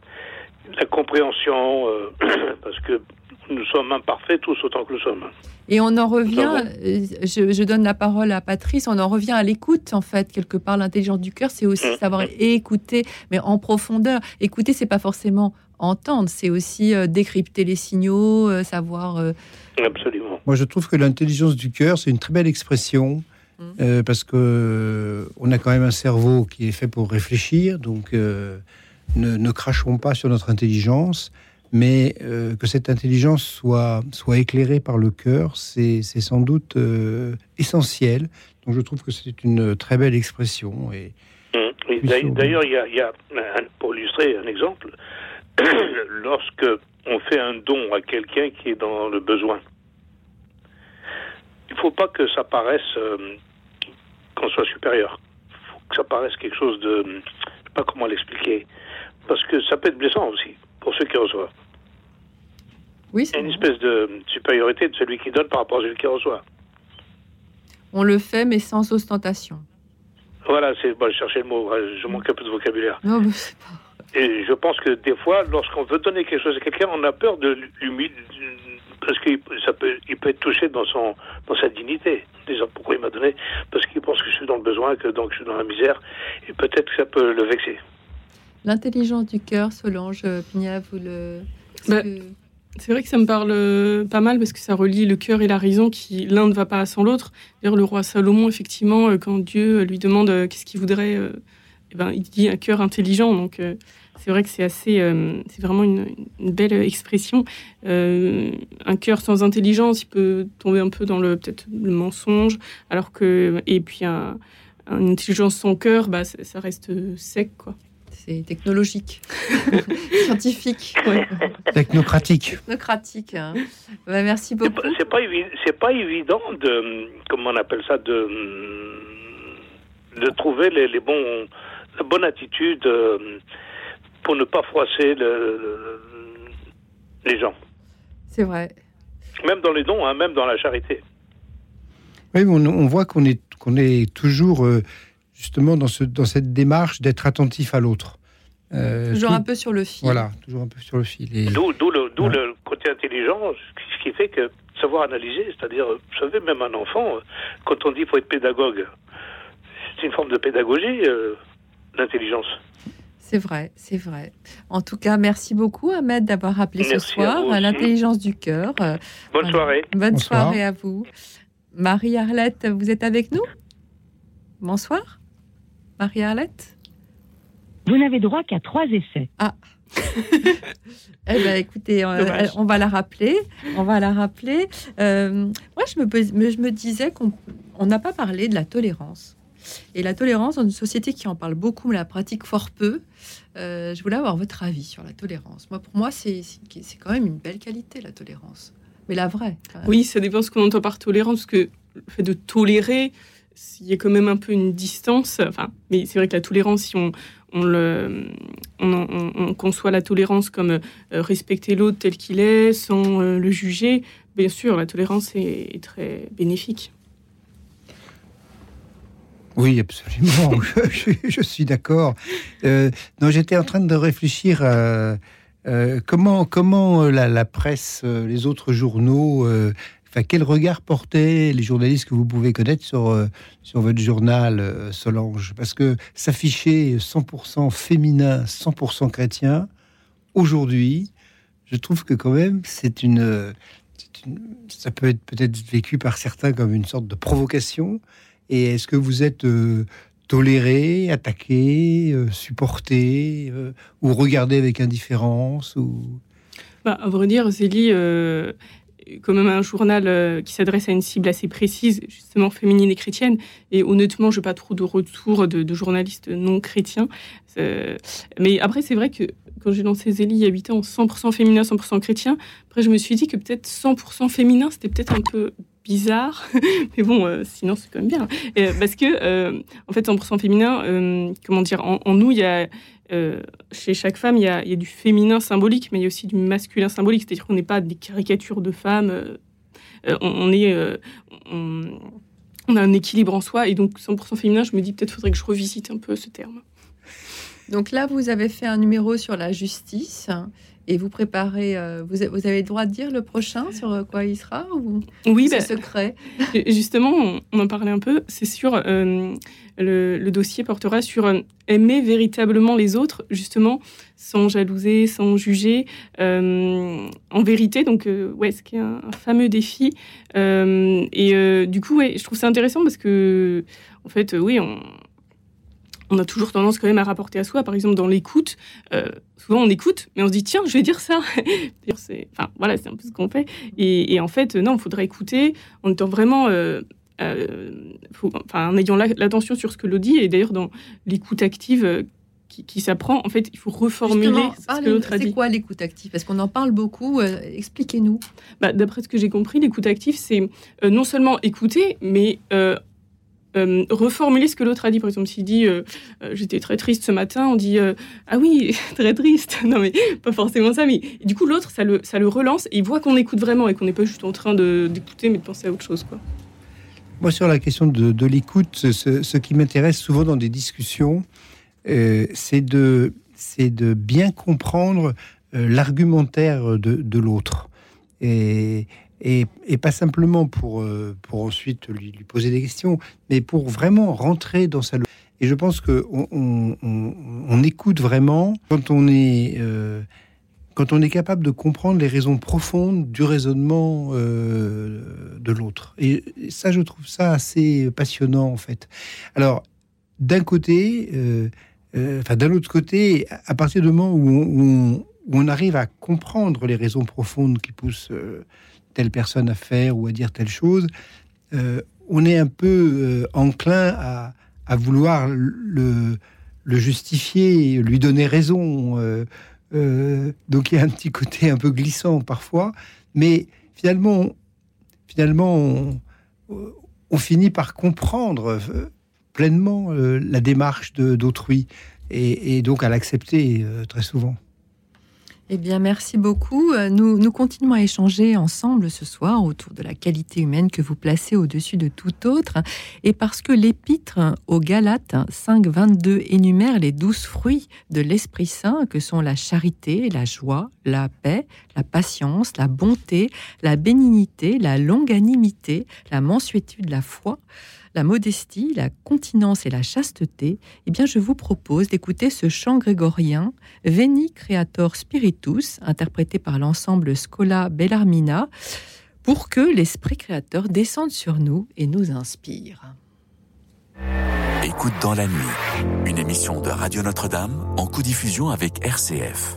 la compréhension, parce que nous sommes imparfaits tous autant que nous sommes. Et on en revient, je donne la parole à Patrice, on en revient à l'écoute, en fait, quelque part. L'intelligence du cœur, c'est aussi savoir écouter, mais en profondeur. Écouter, c'est pas forcément entendre, c'est aussi décrypter les signaux, savoir... Absolument. Moi, je trouve que l'intelligence du cœur, c'est une très belle expression, parce que on a quand même un cerveau qui est fait pour réfléchir, donc ne crachons pas sur notre intelligence, mais que cette intelligence soit éclairée par le cœur, c'est sans doute essentiel. Donc je trouve que c'est une très belle expression. Et d'ailleurs, il y a pour illustrer un exemple, lorsque on fait un don à quelqu'un qui est dans le besoin, il ne faut pas que ça paraisse qu'on soit supérieur. Il faut que ça paraisse quelque chose de... Je ne sais pas comment l'expliquer. Parce que ça peut être blessant aussi, pour ceux qui reçoivent. Oui, il y a une espèce de supériorité de celui qui donne par rapport à celui qui reçoit. On le fait, mais sans ostentation. Voilà, je cherchais le mot, je manque un peu de vocabulaire. Non, mais c'est pas... Et je pense que des fois, lorsqu'on veut donner quelque chose à quelqu'un, on a peur de l'humilier, parce qu'il peut être touché dans sa dignité. Déjà, pourquoi il m'a donné? Parce qu'il pense que je suis dans le besoin, donc je suis dans la misère, et peut-être que ça peut le vexer. L'intelligence du cœur, Solange Pignat, vous le... C'est vrai que ça me parle pas mal parce que ça relie le cœur et la raison, qui l'un ne va pas sans l'autre. D'ailleurs, le roi Salomon, effectivement, quand Dieu lui demande qu'est-ce qu'il voudrait, il dit un cœur intelligent. Donc, c'est vrai que c'est vraiment une belle expression. Un cœur sans intelligence, il peut tomber un peu dans peut-être le mensonge, et puis une intelligence sans cœur, ça reste sec, quoi. C'est technologique, scientifique, technocratique. Technocratique. Hein. Merci beaucoup. C'est pas évident de, comment on appelle ça, de trouver la bonne attitude pour ne pas froisser les gens. C'est vrai. Même dans les dons, même dans la charité. Oui, on voit qu'on est toujours justement dans cette démarche d'être attentif à l'autre. Toujours un peu sur le fil. Voilà, toujours un peu sur le fil. D'où le côté intelligent, ce qui fait que savoir analyser, c'est-à-dire, vous savez, même un enfant, quand on dit qu'il faut être pédagogue, c'est une forme de pédagogie, l'intelligence. C'est vrai. En tout cas, merci beaucoup, Ahmed, d'avoir appelé ce soir à l'intelligence du cœur. Bonne soirée. Bonne soirée à vous. Marie-Arlette, vous êtes avec nous? Bonsoir. Marie-Arlette? Vous n'avez droit qu'à 3 essais. Ah. Écoutez, on va la rappeler. Moi, je me disais qu'on n'a pas parlé de la tolérance. Et la tolérance, dans une société qui en parle beaucoup, mais la pratique fort peu, je voulais avoir votre avis sur la tolérance. Pour moi, c'est quand même une belle qualité, la tolérance. Mais la vraie. Oui, ça dépend de ce qu'on entend par tolérance, parce que le fait de tolérer, il y a quand même un peu une distance. Mais c'est vrai que la tolérance, si on conçoit la tolérance comme respecter l'autre tel qu'il est, sans le juger, bien sûr, la tolérance est très bénéfique. Oui, absolument. je suis d'accord. J'étais en train de réfléchir comment la presse, les autres journaux... quel regard portaient les journalistes que vous pouvez connaître sur votre journal, Solange? Parce que s'afficher 100% féminin, 100% chrétien, aujourd'hui, je trouve que quand même, ça peut être peut-être vécu par certains comme une sorte de provocation. Et est-ce que vous êtes toléré, attaqué, supporté, ou regardé avec indifférence À vrai dire, Zélie... quand même un journal qui s'adresse à une cible assez précise, justement féminine et chrétienne. Et honnêtement, je n'ai pas trop de retours de journalistes non chrétiens. Mais après, c'est vrai que quand j'ai lancé Zélie il y a 8 ans, 100% féminin, 100% chrétien, après je me suis dit que peut-être 100% féminin, c'était peut-être un peu bizarre. Mais bon, sinon c'est quand même bien. Parce que, en fait, 100% féminin, en nous, il y a... chez chaque femme, il y a du féminin symbolique, mais il y a aussi du masculin symbolique. C'est-à-dire qu'on n'est pas des caricatures de femmes. On a un équilibre en soi. Et donc, 100% féminin, je me dis peut-être faudrait que je revisite un peu ce terme. Donc là, vous avez fait un numéro sur la justice et vous préparez. Vous avez le droit de dire le prochain sur quoi il sera ou oui, c'est secret. Justement, on en parlait un peu. C'est sur le dossier portera sur aimer véritablement les autres, justement, sans jalouser, sans juger, en vérité. Donc, ce qui est un fameux défi. Du coup, je trouve ça intéressant parce que, en fait, on a toujours tendance quand même à rapporter à soi. Par exemple, dans l'écoute, souvent on écoute, mais on se dit tiens, je vais dire ça. C'est un peu ce qu'on fait. Et en fait, non, il faudrait écouter en étant vraiment, en ayant l'attention sur ce que l'autre dit. Et d'ailleurs, dans l'écoute active qui s'apprend, en fait, il faut reformuler ce que l'autre a dit. C'est quoi l'écoute active ? Parce qu'on en parle beaucoup. Expliquez-nous. D'après ce que j'ai compris, l'écoute active, c'est non seulement écouter, mais reformuler ce que l'autre a dit. Par exemple, s'il dit j'étais très triste ce matin, on dit ah oui, très triste. Non mais pas forcément ça, mais du coup l'autre ça le relance et il voit qu'on écoute vraiment et qu'on n'est pas juste en train d'écouter mais de penser à autre chose, quoi. Moi, sur la question de l'écoute, ce qui m'intéresse souvent dans des discussions, c'est de bien comprendre l'argumentaire de l'autre. Et pas simplement pour ensuite lui poser des questions, mais pour vraiment rentrer dans sa logique. Et je pense qu'on écoute vraiment quand on est capable de comprendre les raisons profondes du raisonnement de l'autre. Et ça, je trouve ça assez passionnant, en fait. Alors, d'un autre côté, à partir du moment où on arrive à comprendre les raisons profondes qui poussent telle personne à faire ou à dire telle chose, on est un peu enclin à vouloir le justifier, lui donner raison. Donc il y a un petit côté un peu glissant parfois, mais finalement on finit par comprendre pleinement la démarche d'autrui et donc à l'accepter très souvent. Eh bien, merci beaucoup. Nous continuons à échanger ensemble ce soir autour de la qualité humaine que vous placez au-dessus de tout autre. Et parce que l'Épître aux Galates 5:22 énumère les 12 fruits de l'Esprit Saint que sont la charité, la joie, la paix, la patience, la bonté, la bénignité, la longanimité, la mansuétude, la foi, la modestie, la continence et la chasteté, eh bien, je vous propose d'écouter ce chant grégorien Veni Creator Spiritus, interprété par l'ensemble Schola Bellarmina, pour que l'Esprit Créateur descende sur nous et nous inspire. Écoute dans la nuit, une émission de Radio Notre-Dame en codiffusion avec RCF.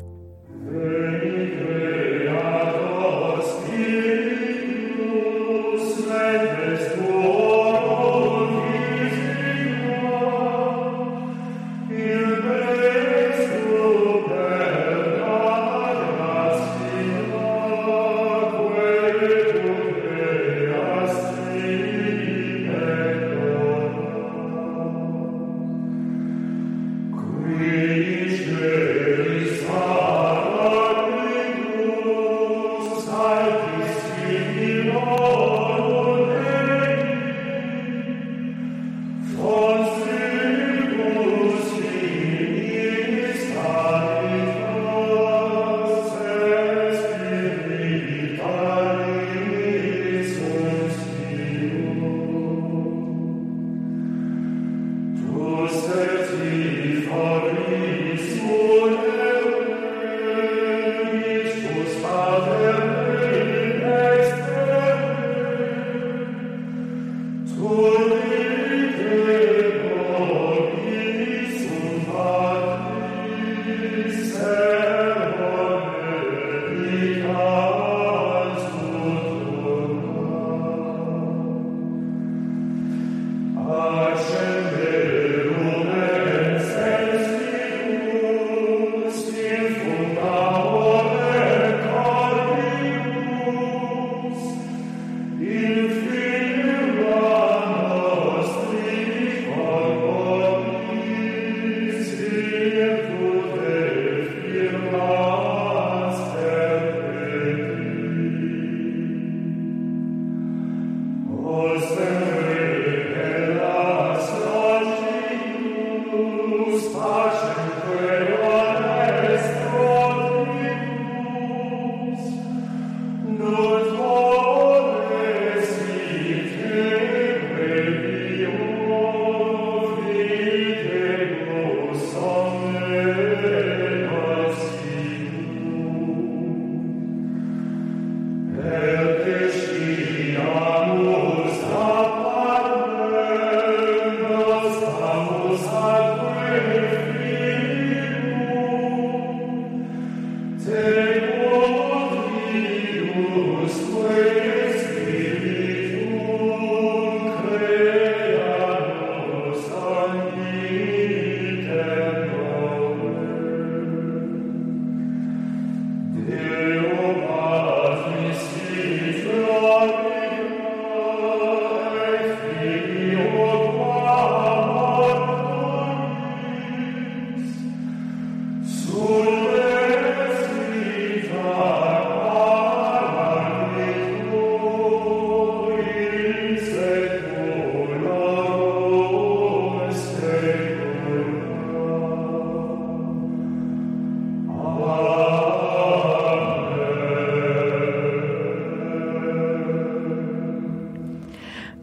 Passion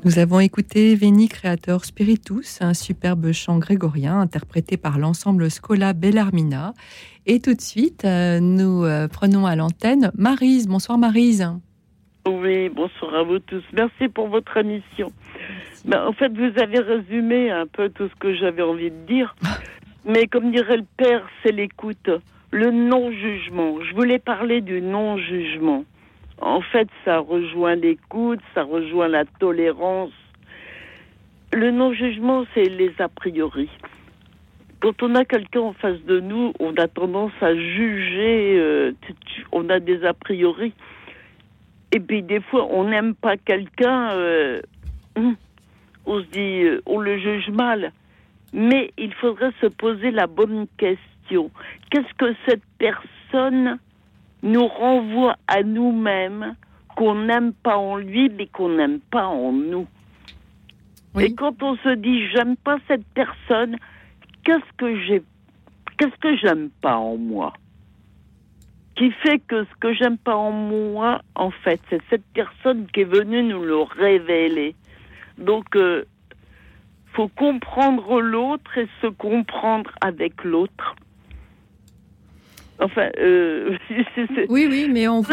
Nous avons écouté Veni Creator Spiritus, un superbe chant grégorien interprété par l'ensemble Schola Bellarmina. Et tout de suite, nous prenons à l'antenne Maryse. Bonsoir Maryse. Oui, bonsoir à vous tous. Merci pour votre émission. Ben, en fait, vous avez résumé un peu tout ce que j'avais envie de dire. Mais comme dirait le père, c'est l'écoute. Le non-jugement. Je voulais parler du non-jugement. En fait, ça rejoint l'écoute, ça rejoint la tolérance. Le non-jugement, c'est les a priori. Quand on a quelqu'un en face de nous, on a tendance à juger, on a des a priori. Et puis des fois, on n'aime pas quelqu'un, on se dit, on le juge mal. Mais il faudrait se poser la bonne question. Qu'est-ce que cette personne nous renvoie à nous-mêmes, qu'on n'aime pas en lui, mais qu'on n'aime pas en nous. Oui. Et quand on se dit « j'aime pas cette personne », qu'est-ce que j'aime pas en moi ? Qui fait que ce que j'aime pas en moi, en fait, c'est cette personne qui est venue nous le révéler. Donc, faut comprendre l'autre et se comprendre avec l'autre. Enfin, oui, mais on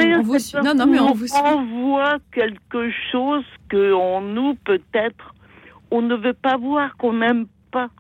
voit quelque chose que en nous peut-être on ne veut pas voir, qu'on n'aime pas.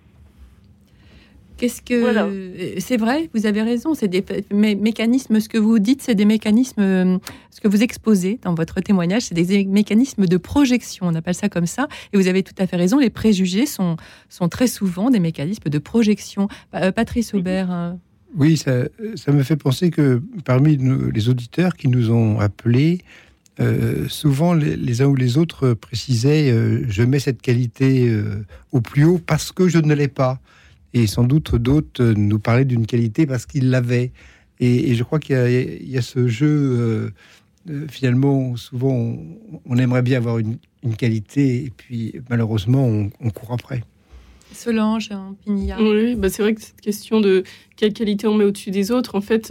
Voilà. C'est vrai, vous avez raison. C'est des mécanismes. Ce que vous dites, c'est des mécanismes. Ce que vous exposez dans votre témoignage, c'est des mécanismes de projection. On appelle ça comme ça. Et vous avez tout à fait raison. Les préjugés sont très souvent des mécanismes de projection. Patrice Aubert. Oui, ça me fait penser que parmi les auditeurs qui nous ont appelés, souvent les uns ou les autres précisaient je mets cette qualité au plus haut parce que je ne l'ai pas. Et sans doute d'autres nous parlaient d'une qualité parce qu'ils l'avaient. Et je crois qu'il y a ce jeu, finalement, souvent on aimerait bien avoir une qualité et puis malheureusement on court après. Solange, Pinilla. Oui, c'est vrai que cette question de quelle qualité on met au-dessus des autres, en fait,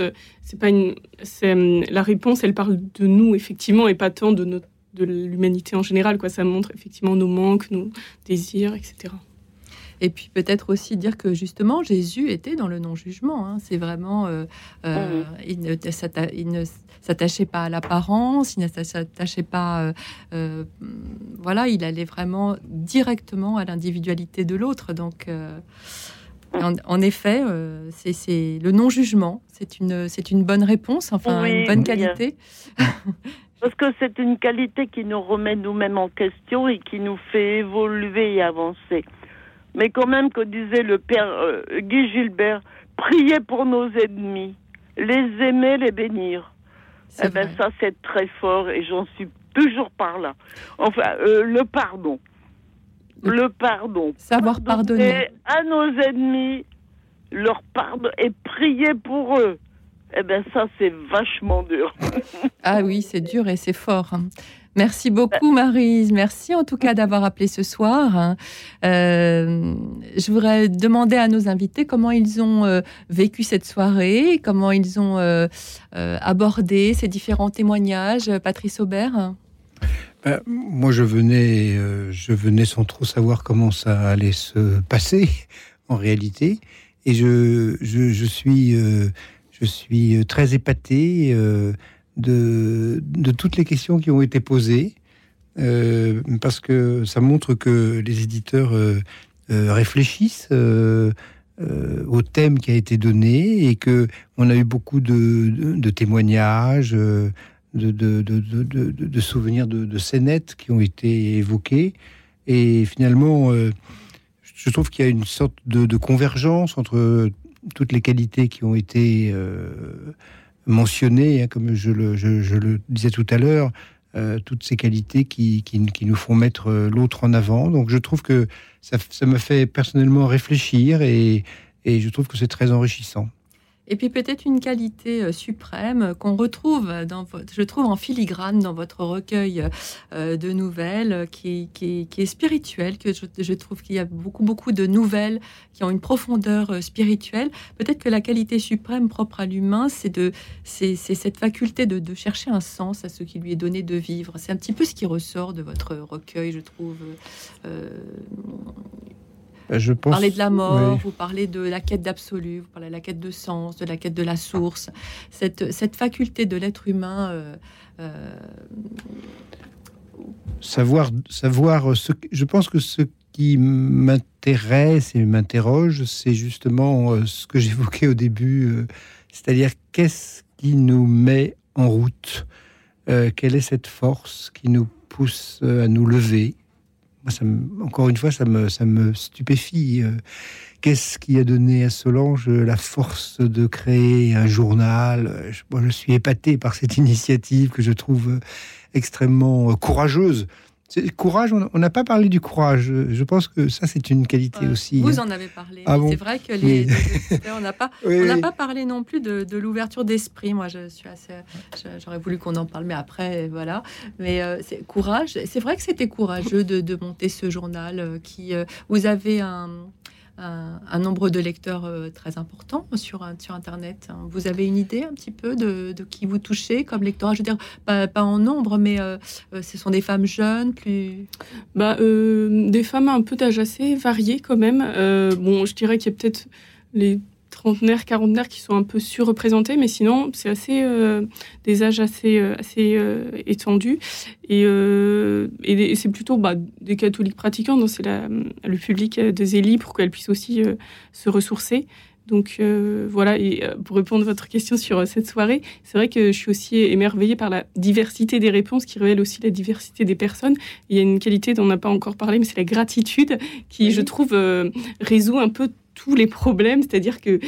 la réponse, elle parle de nous, effectivement, et pas tant de l'humanité en général, quoi. Ça montre effectivement nos manques, nos désirs, etc. Et puis peut-être aussi dire que justement Jésus était dans le non-jugement. Hein. C'est vraiment, il ne s'attachait pas à l'apparence, il ne s'attachait pas, voilà, il allait vraiment directement à l'individualité de l'autre. Donc, en effet, c'est le non-jugement. C'est une bonne réponse, enfin une bonne qualité. Parce que c'est une qualité qui nous remet nous-mêmes en question et qui nous fait évoluer et avancer. Mais quand même, que disait le père Guy Gilbert, priez pour nos ennemis, les aimer, les bénir. Ça, c'est très fort et j'en suis toujours par là. Enfin, le pardon. Le pardon. Savoir pardonner. À nos ennemis, leur pardon et prier pour eux. Ça, c'est vachement dur. Ah oui, c'est dur et c'est fort. Merci beaucoup, Maryse. Merci en tout cas d'avoir appelé ce soir. Je voudrais demander à nos invités comment ils ont vécu cette soirée, comment ils ont abordé ces différents témoignages. Patrice Aubert. Moi, je venais sans trop savoir comment ça allait se passer en réalité, et je suis très épaté. De toutes les questions qui ont été posées, parce que ça montre que les éditeurs réfléchissent au thème qui a été donné et que on a eu beaucoup de témoignages, de souvenirs de scénettes qui ont été évoqués. Et finalement, je trouve qu'il y a une sorte de convergence entre toutes les qualités qui ont été mentionnées, hein, comme je le disais tout à l'heure, toutes ces qualités qui nous font mettre l'autre en avant. Donc je trouve que ça me fait personnellement réfléchir et je trouve que c'est très enrichissant. Et puis peut-être une qualité suprême qu'on retrouve, je trouve, en filigrane dans votre recueil de nouvelles, qui est spirituelle, que je trouve qu'il y a beaucoup de nouvelles qui ont une profondeur spirituelle. Peut-être que la qualité suprême propre à l'humain, c'est cette faculté de chercher un sens à ce qui lui est donné de vivre. C'est un petit peu ce qui ressort de votre recueil, je trouve. Je pense, vous parlez de la mort, oui. Vous parlez de la quête d'absolu, vous parlez de la quête de sens, de la quête de la source. Cette faculté de l'être humain... Savoir je pense que ce qui m'intéresse et m'interroge, c'est justement ce que j'évoquais au début, c'est-à-dire qu'est-ce qui nous met en route, quelle est cette force qui nous pousse à nous lever. Encore une fois, ça me stupéfie. Qu'est-ce qui a donné à Solange la force de créer un journal ? Moi, je suis épaté par cette initiative que je trouve extrêmement courageuse. Courage, on n'a pas parlé du courage. Je pense que ça, c'est une qualité aussi. Vous en avez parlé. Ah bon ? C'est vrai que on n'a pas, pas parlé non plus de l'ouverture d'esprit. Moi, j'aurais voulu qu'on en parle, mais après, voilà. Mais c'est courage. C'est vrai que c'était courageux de monter ce journal. Vous avez un nombre de lecteurs très important sur Internet. Vous avez une idée un petit peu de qui vous touchez comme lectorat ? Je veux dire, pas en nombre, mais ce sont des femmes jeunes, plus... Des femmes un peu d'âge assez varié quand même. Je dirais qu'il y a peut-être les trentenaires, quarantenaires qui sont un peu surreprésentés, mais sinon, c'est assez des âges assez étendus. Et c'est plutôt des catholiques pratiquants, donc c'est le public de Zélie pour qu'elle puisse aussi se ressourcer. Donc voilà, et pour répondre à votre question sur cette soirée, c'est vrai que je suis aussi émerveillée par la diversité des réponses qui révèle aussi la diversité des personnes. Il y a une qualité dont on n'a pas encore parlé, mais c'est la gratitude qui, je trouve, résout un peu tous les problèmes, c'est-à-dire que,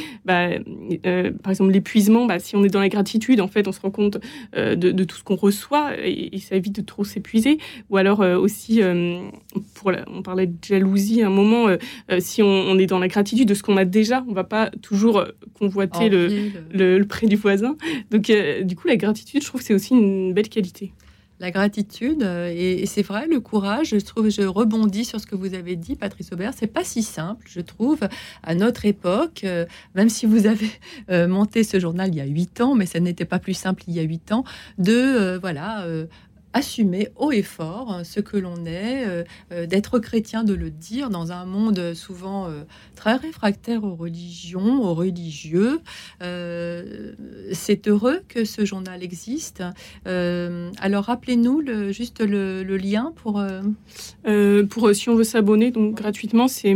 par exemple, l'épuisement, si on est dans la gratitude, en fait, on se rend compte de tout ce qu'on reçoit et ça évite de trop s'épuiser. Ou alors aussi, on parlait de jalousie à un moment, si on est dans la gratitude de ce qu'on a déjà, on ne va pas toujours convoiter le près du voisin. Donc, du coup, la gratitude, je trouve que c'est aussi une belle qualité. La gratitude, et c'est vrai, le courage, je rebondis sur ce que vous avez dit, Patrice Aubert, c'est pas si simple, je trouve, à notre époque, même si vous avez monté ce journal il y a 8 ans, mais ça n'était pas plus simple il y a 8 ans, assumer haut et fort ce que l'on est, d'être chrétien, de le dire dans un monde souvent très réfractaire aux religions, aux religieux. C'est heureux que ce journal existe. Alors rappelez-nous juste le lien pour si on veut s'abonner donc gratuitement, c'est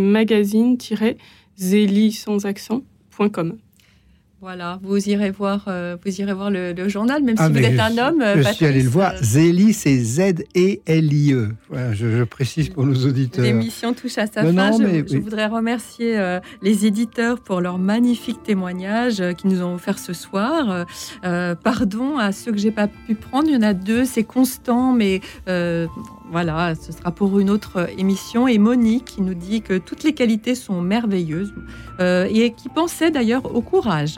magazine-zélie.com. Voilà, vous irez voir le journal, même si vous êtes un homme. Je suis allé le voir. Zélie, c'est Z-E-L-I-E. Voilà, je précise pour nos auditeurs. L'émission touche à sa fin. Je voudrais remercier les éditeurs pour leurs magnifiques témoignages qu'ils nous ont offerts ce soir. Pardon à ceux que j'ai pas pu prendre. Il y en a 2, c'est constant, mais voilà, ce sera pour une autre émission. Et Monique qui nous dit que toutes les qualités sont merveilleuses et qui pensait d'ailleurs au courage.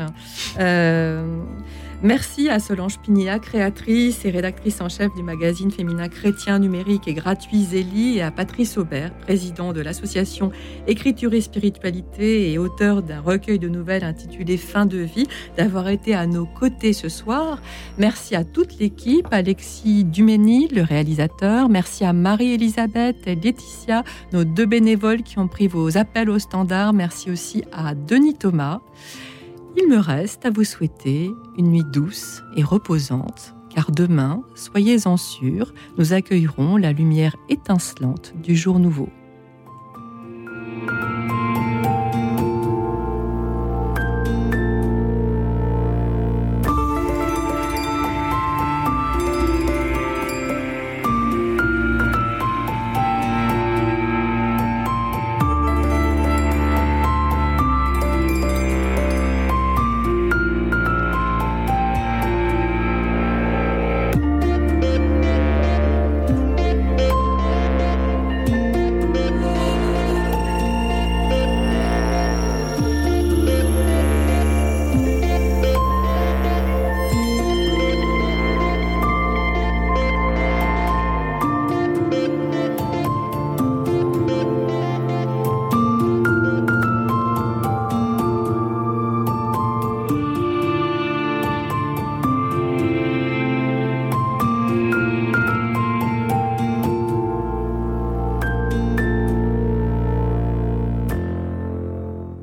Merci à Solange Pignéa, créatrice et rédactrice en chef du magazine féminin chrétien numérique et gratuit Zélie, et à Patrice Aubert, président de l'association Écriture et Spiritualité et auteur d'un recueil de nouvelles intitulé Fin de vie, d'avoir été à nos côtés ce soir. Merci à toute l'équipe, Alexis Duménil, le réalisateur. Merci à Marie-Elisabeth et Laetitia, nos 2 bénévoles qui ont pris vos appels au standard. Merci aussi à Denis Thomas. Il me reste à vous souhaiter une nuit douce et reposante, car demain, soyez-en sûrs, nous accueillerons la lumière étincelante du jour nouveau.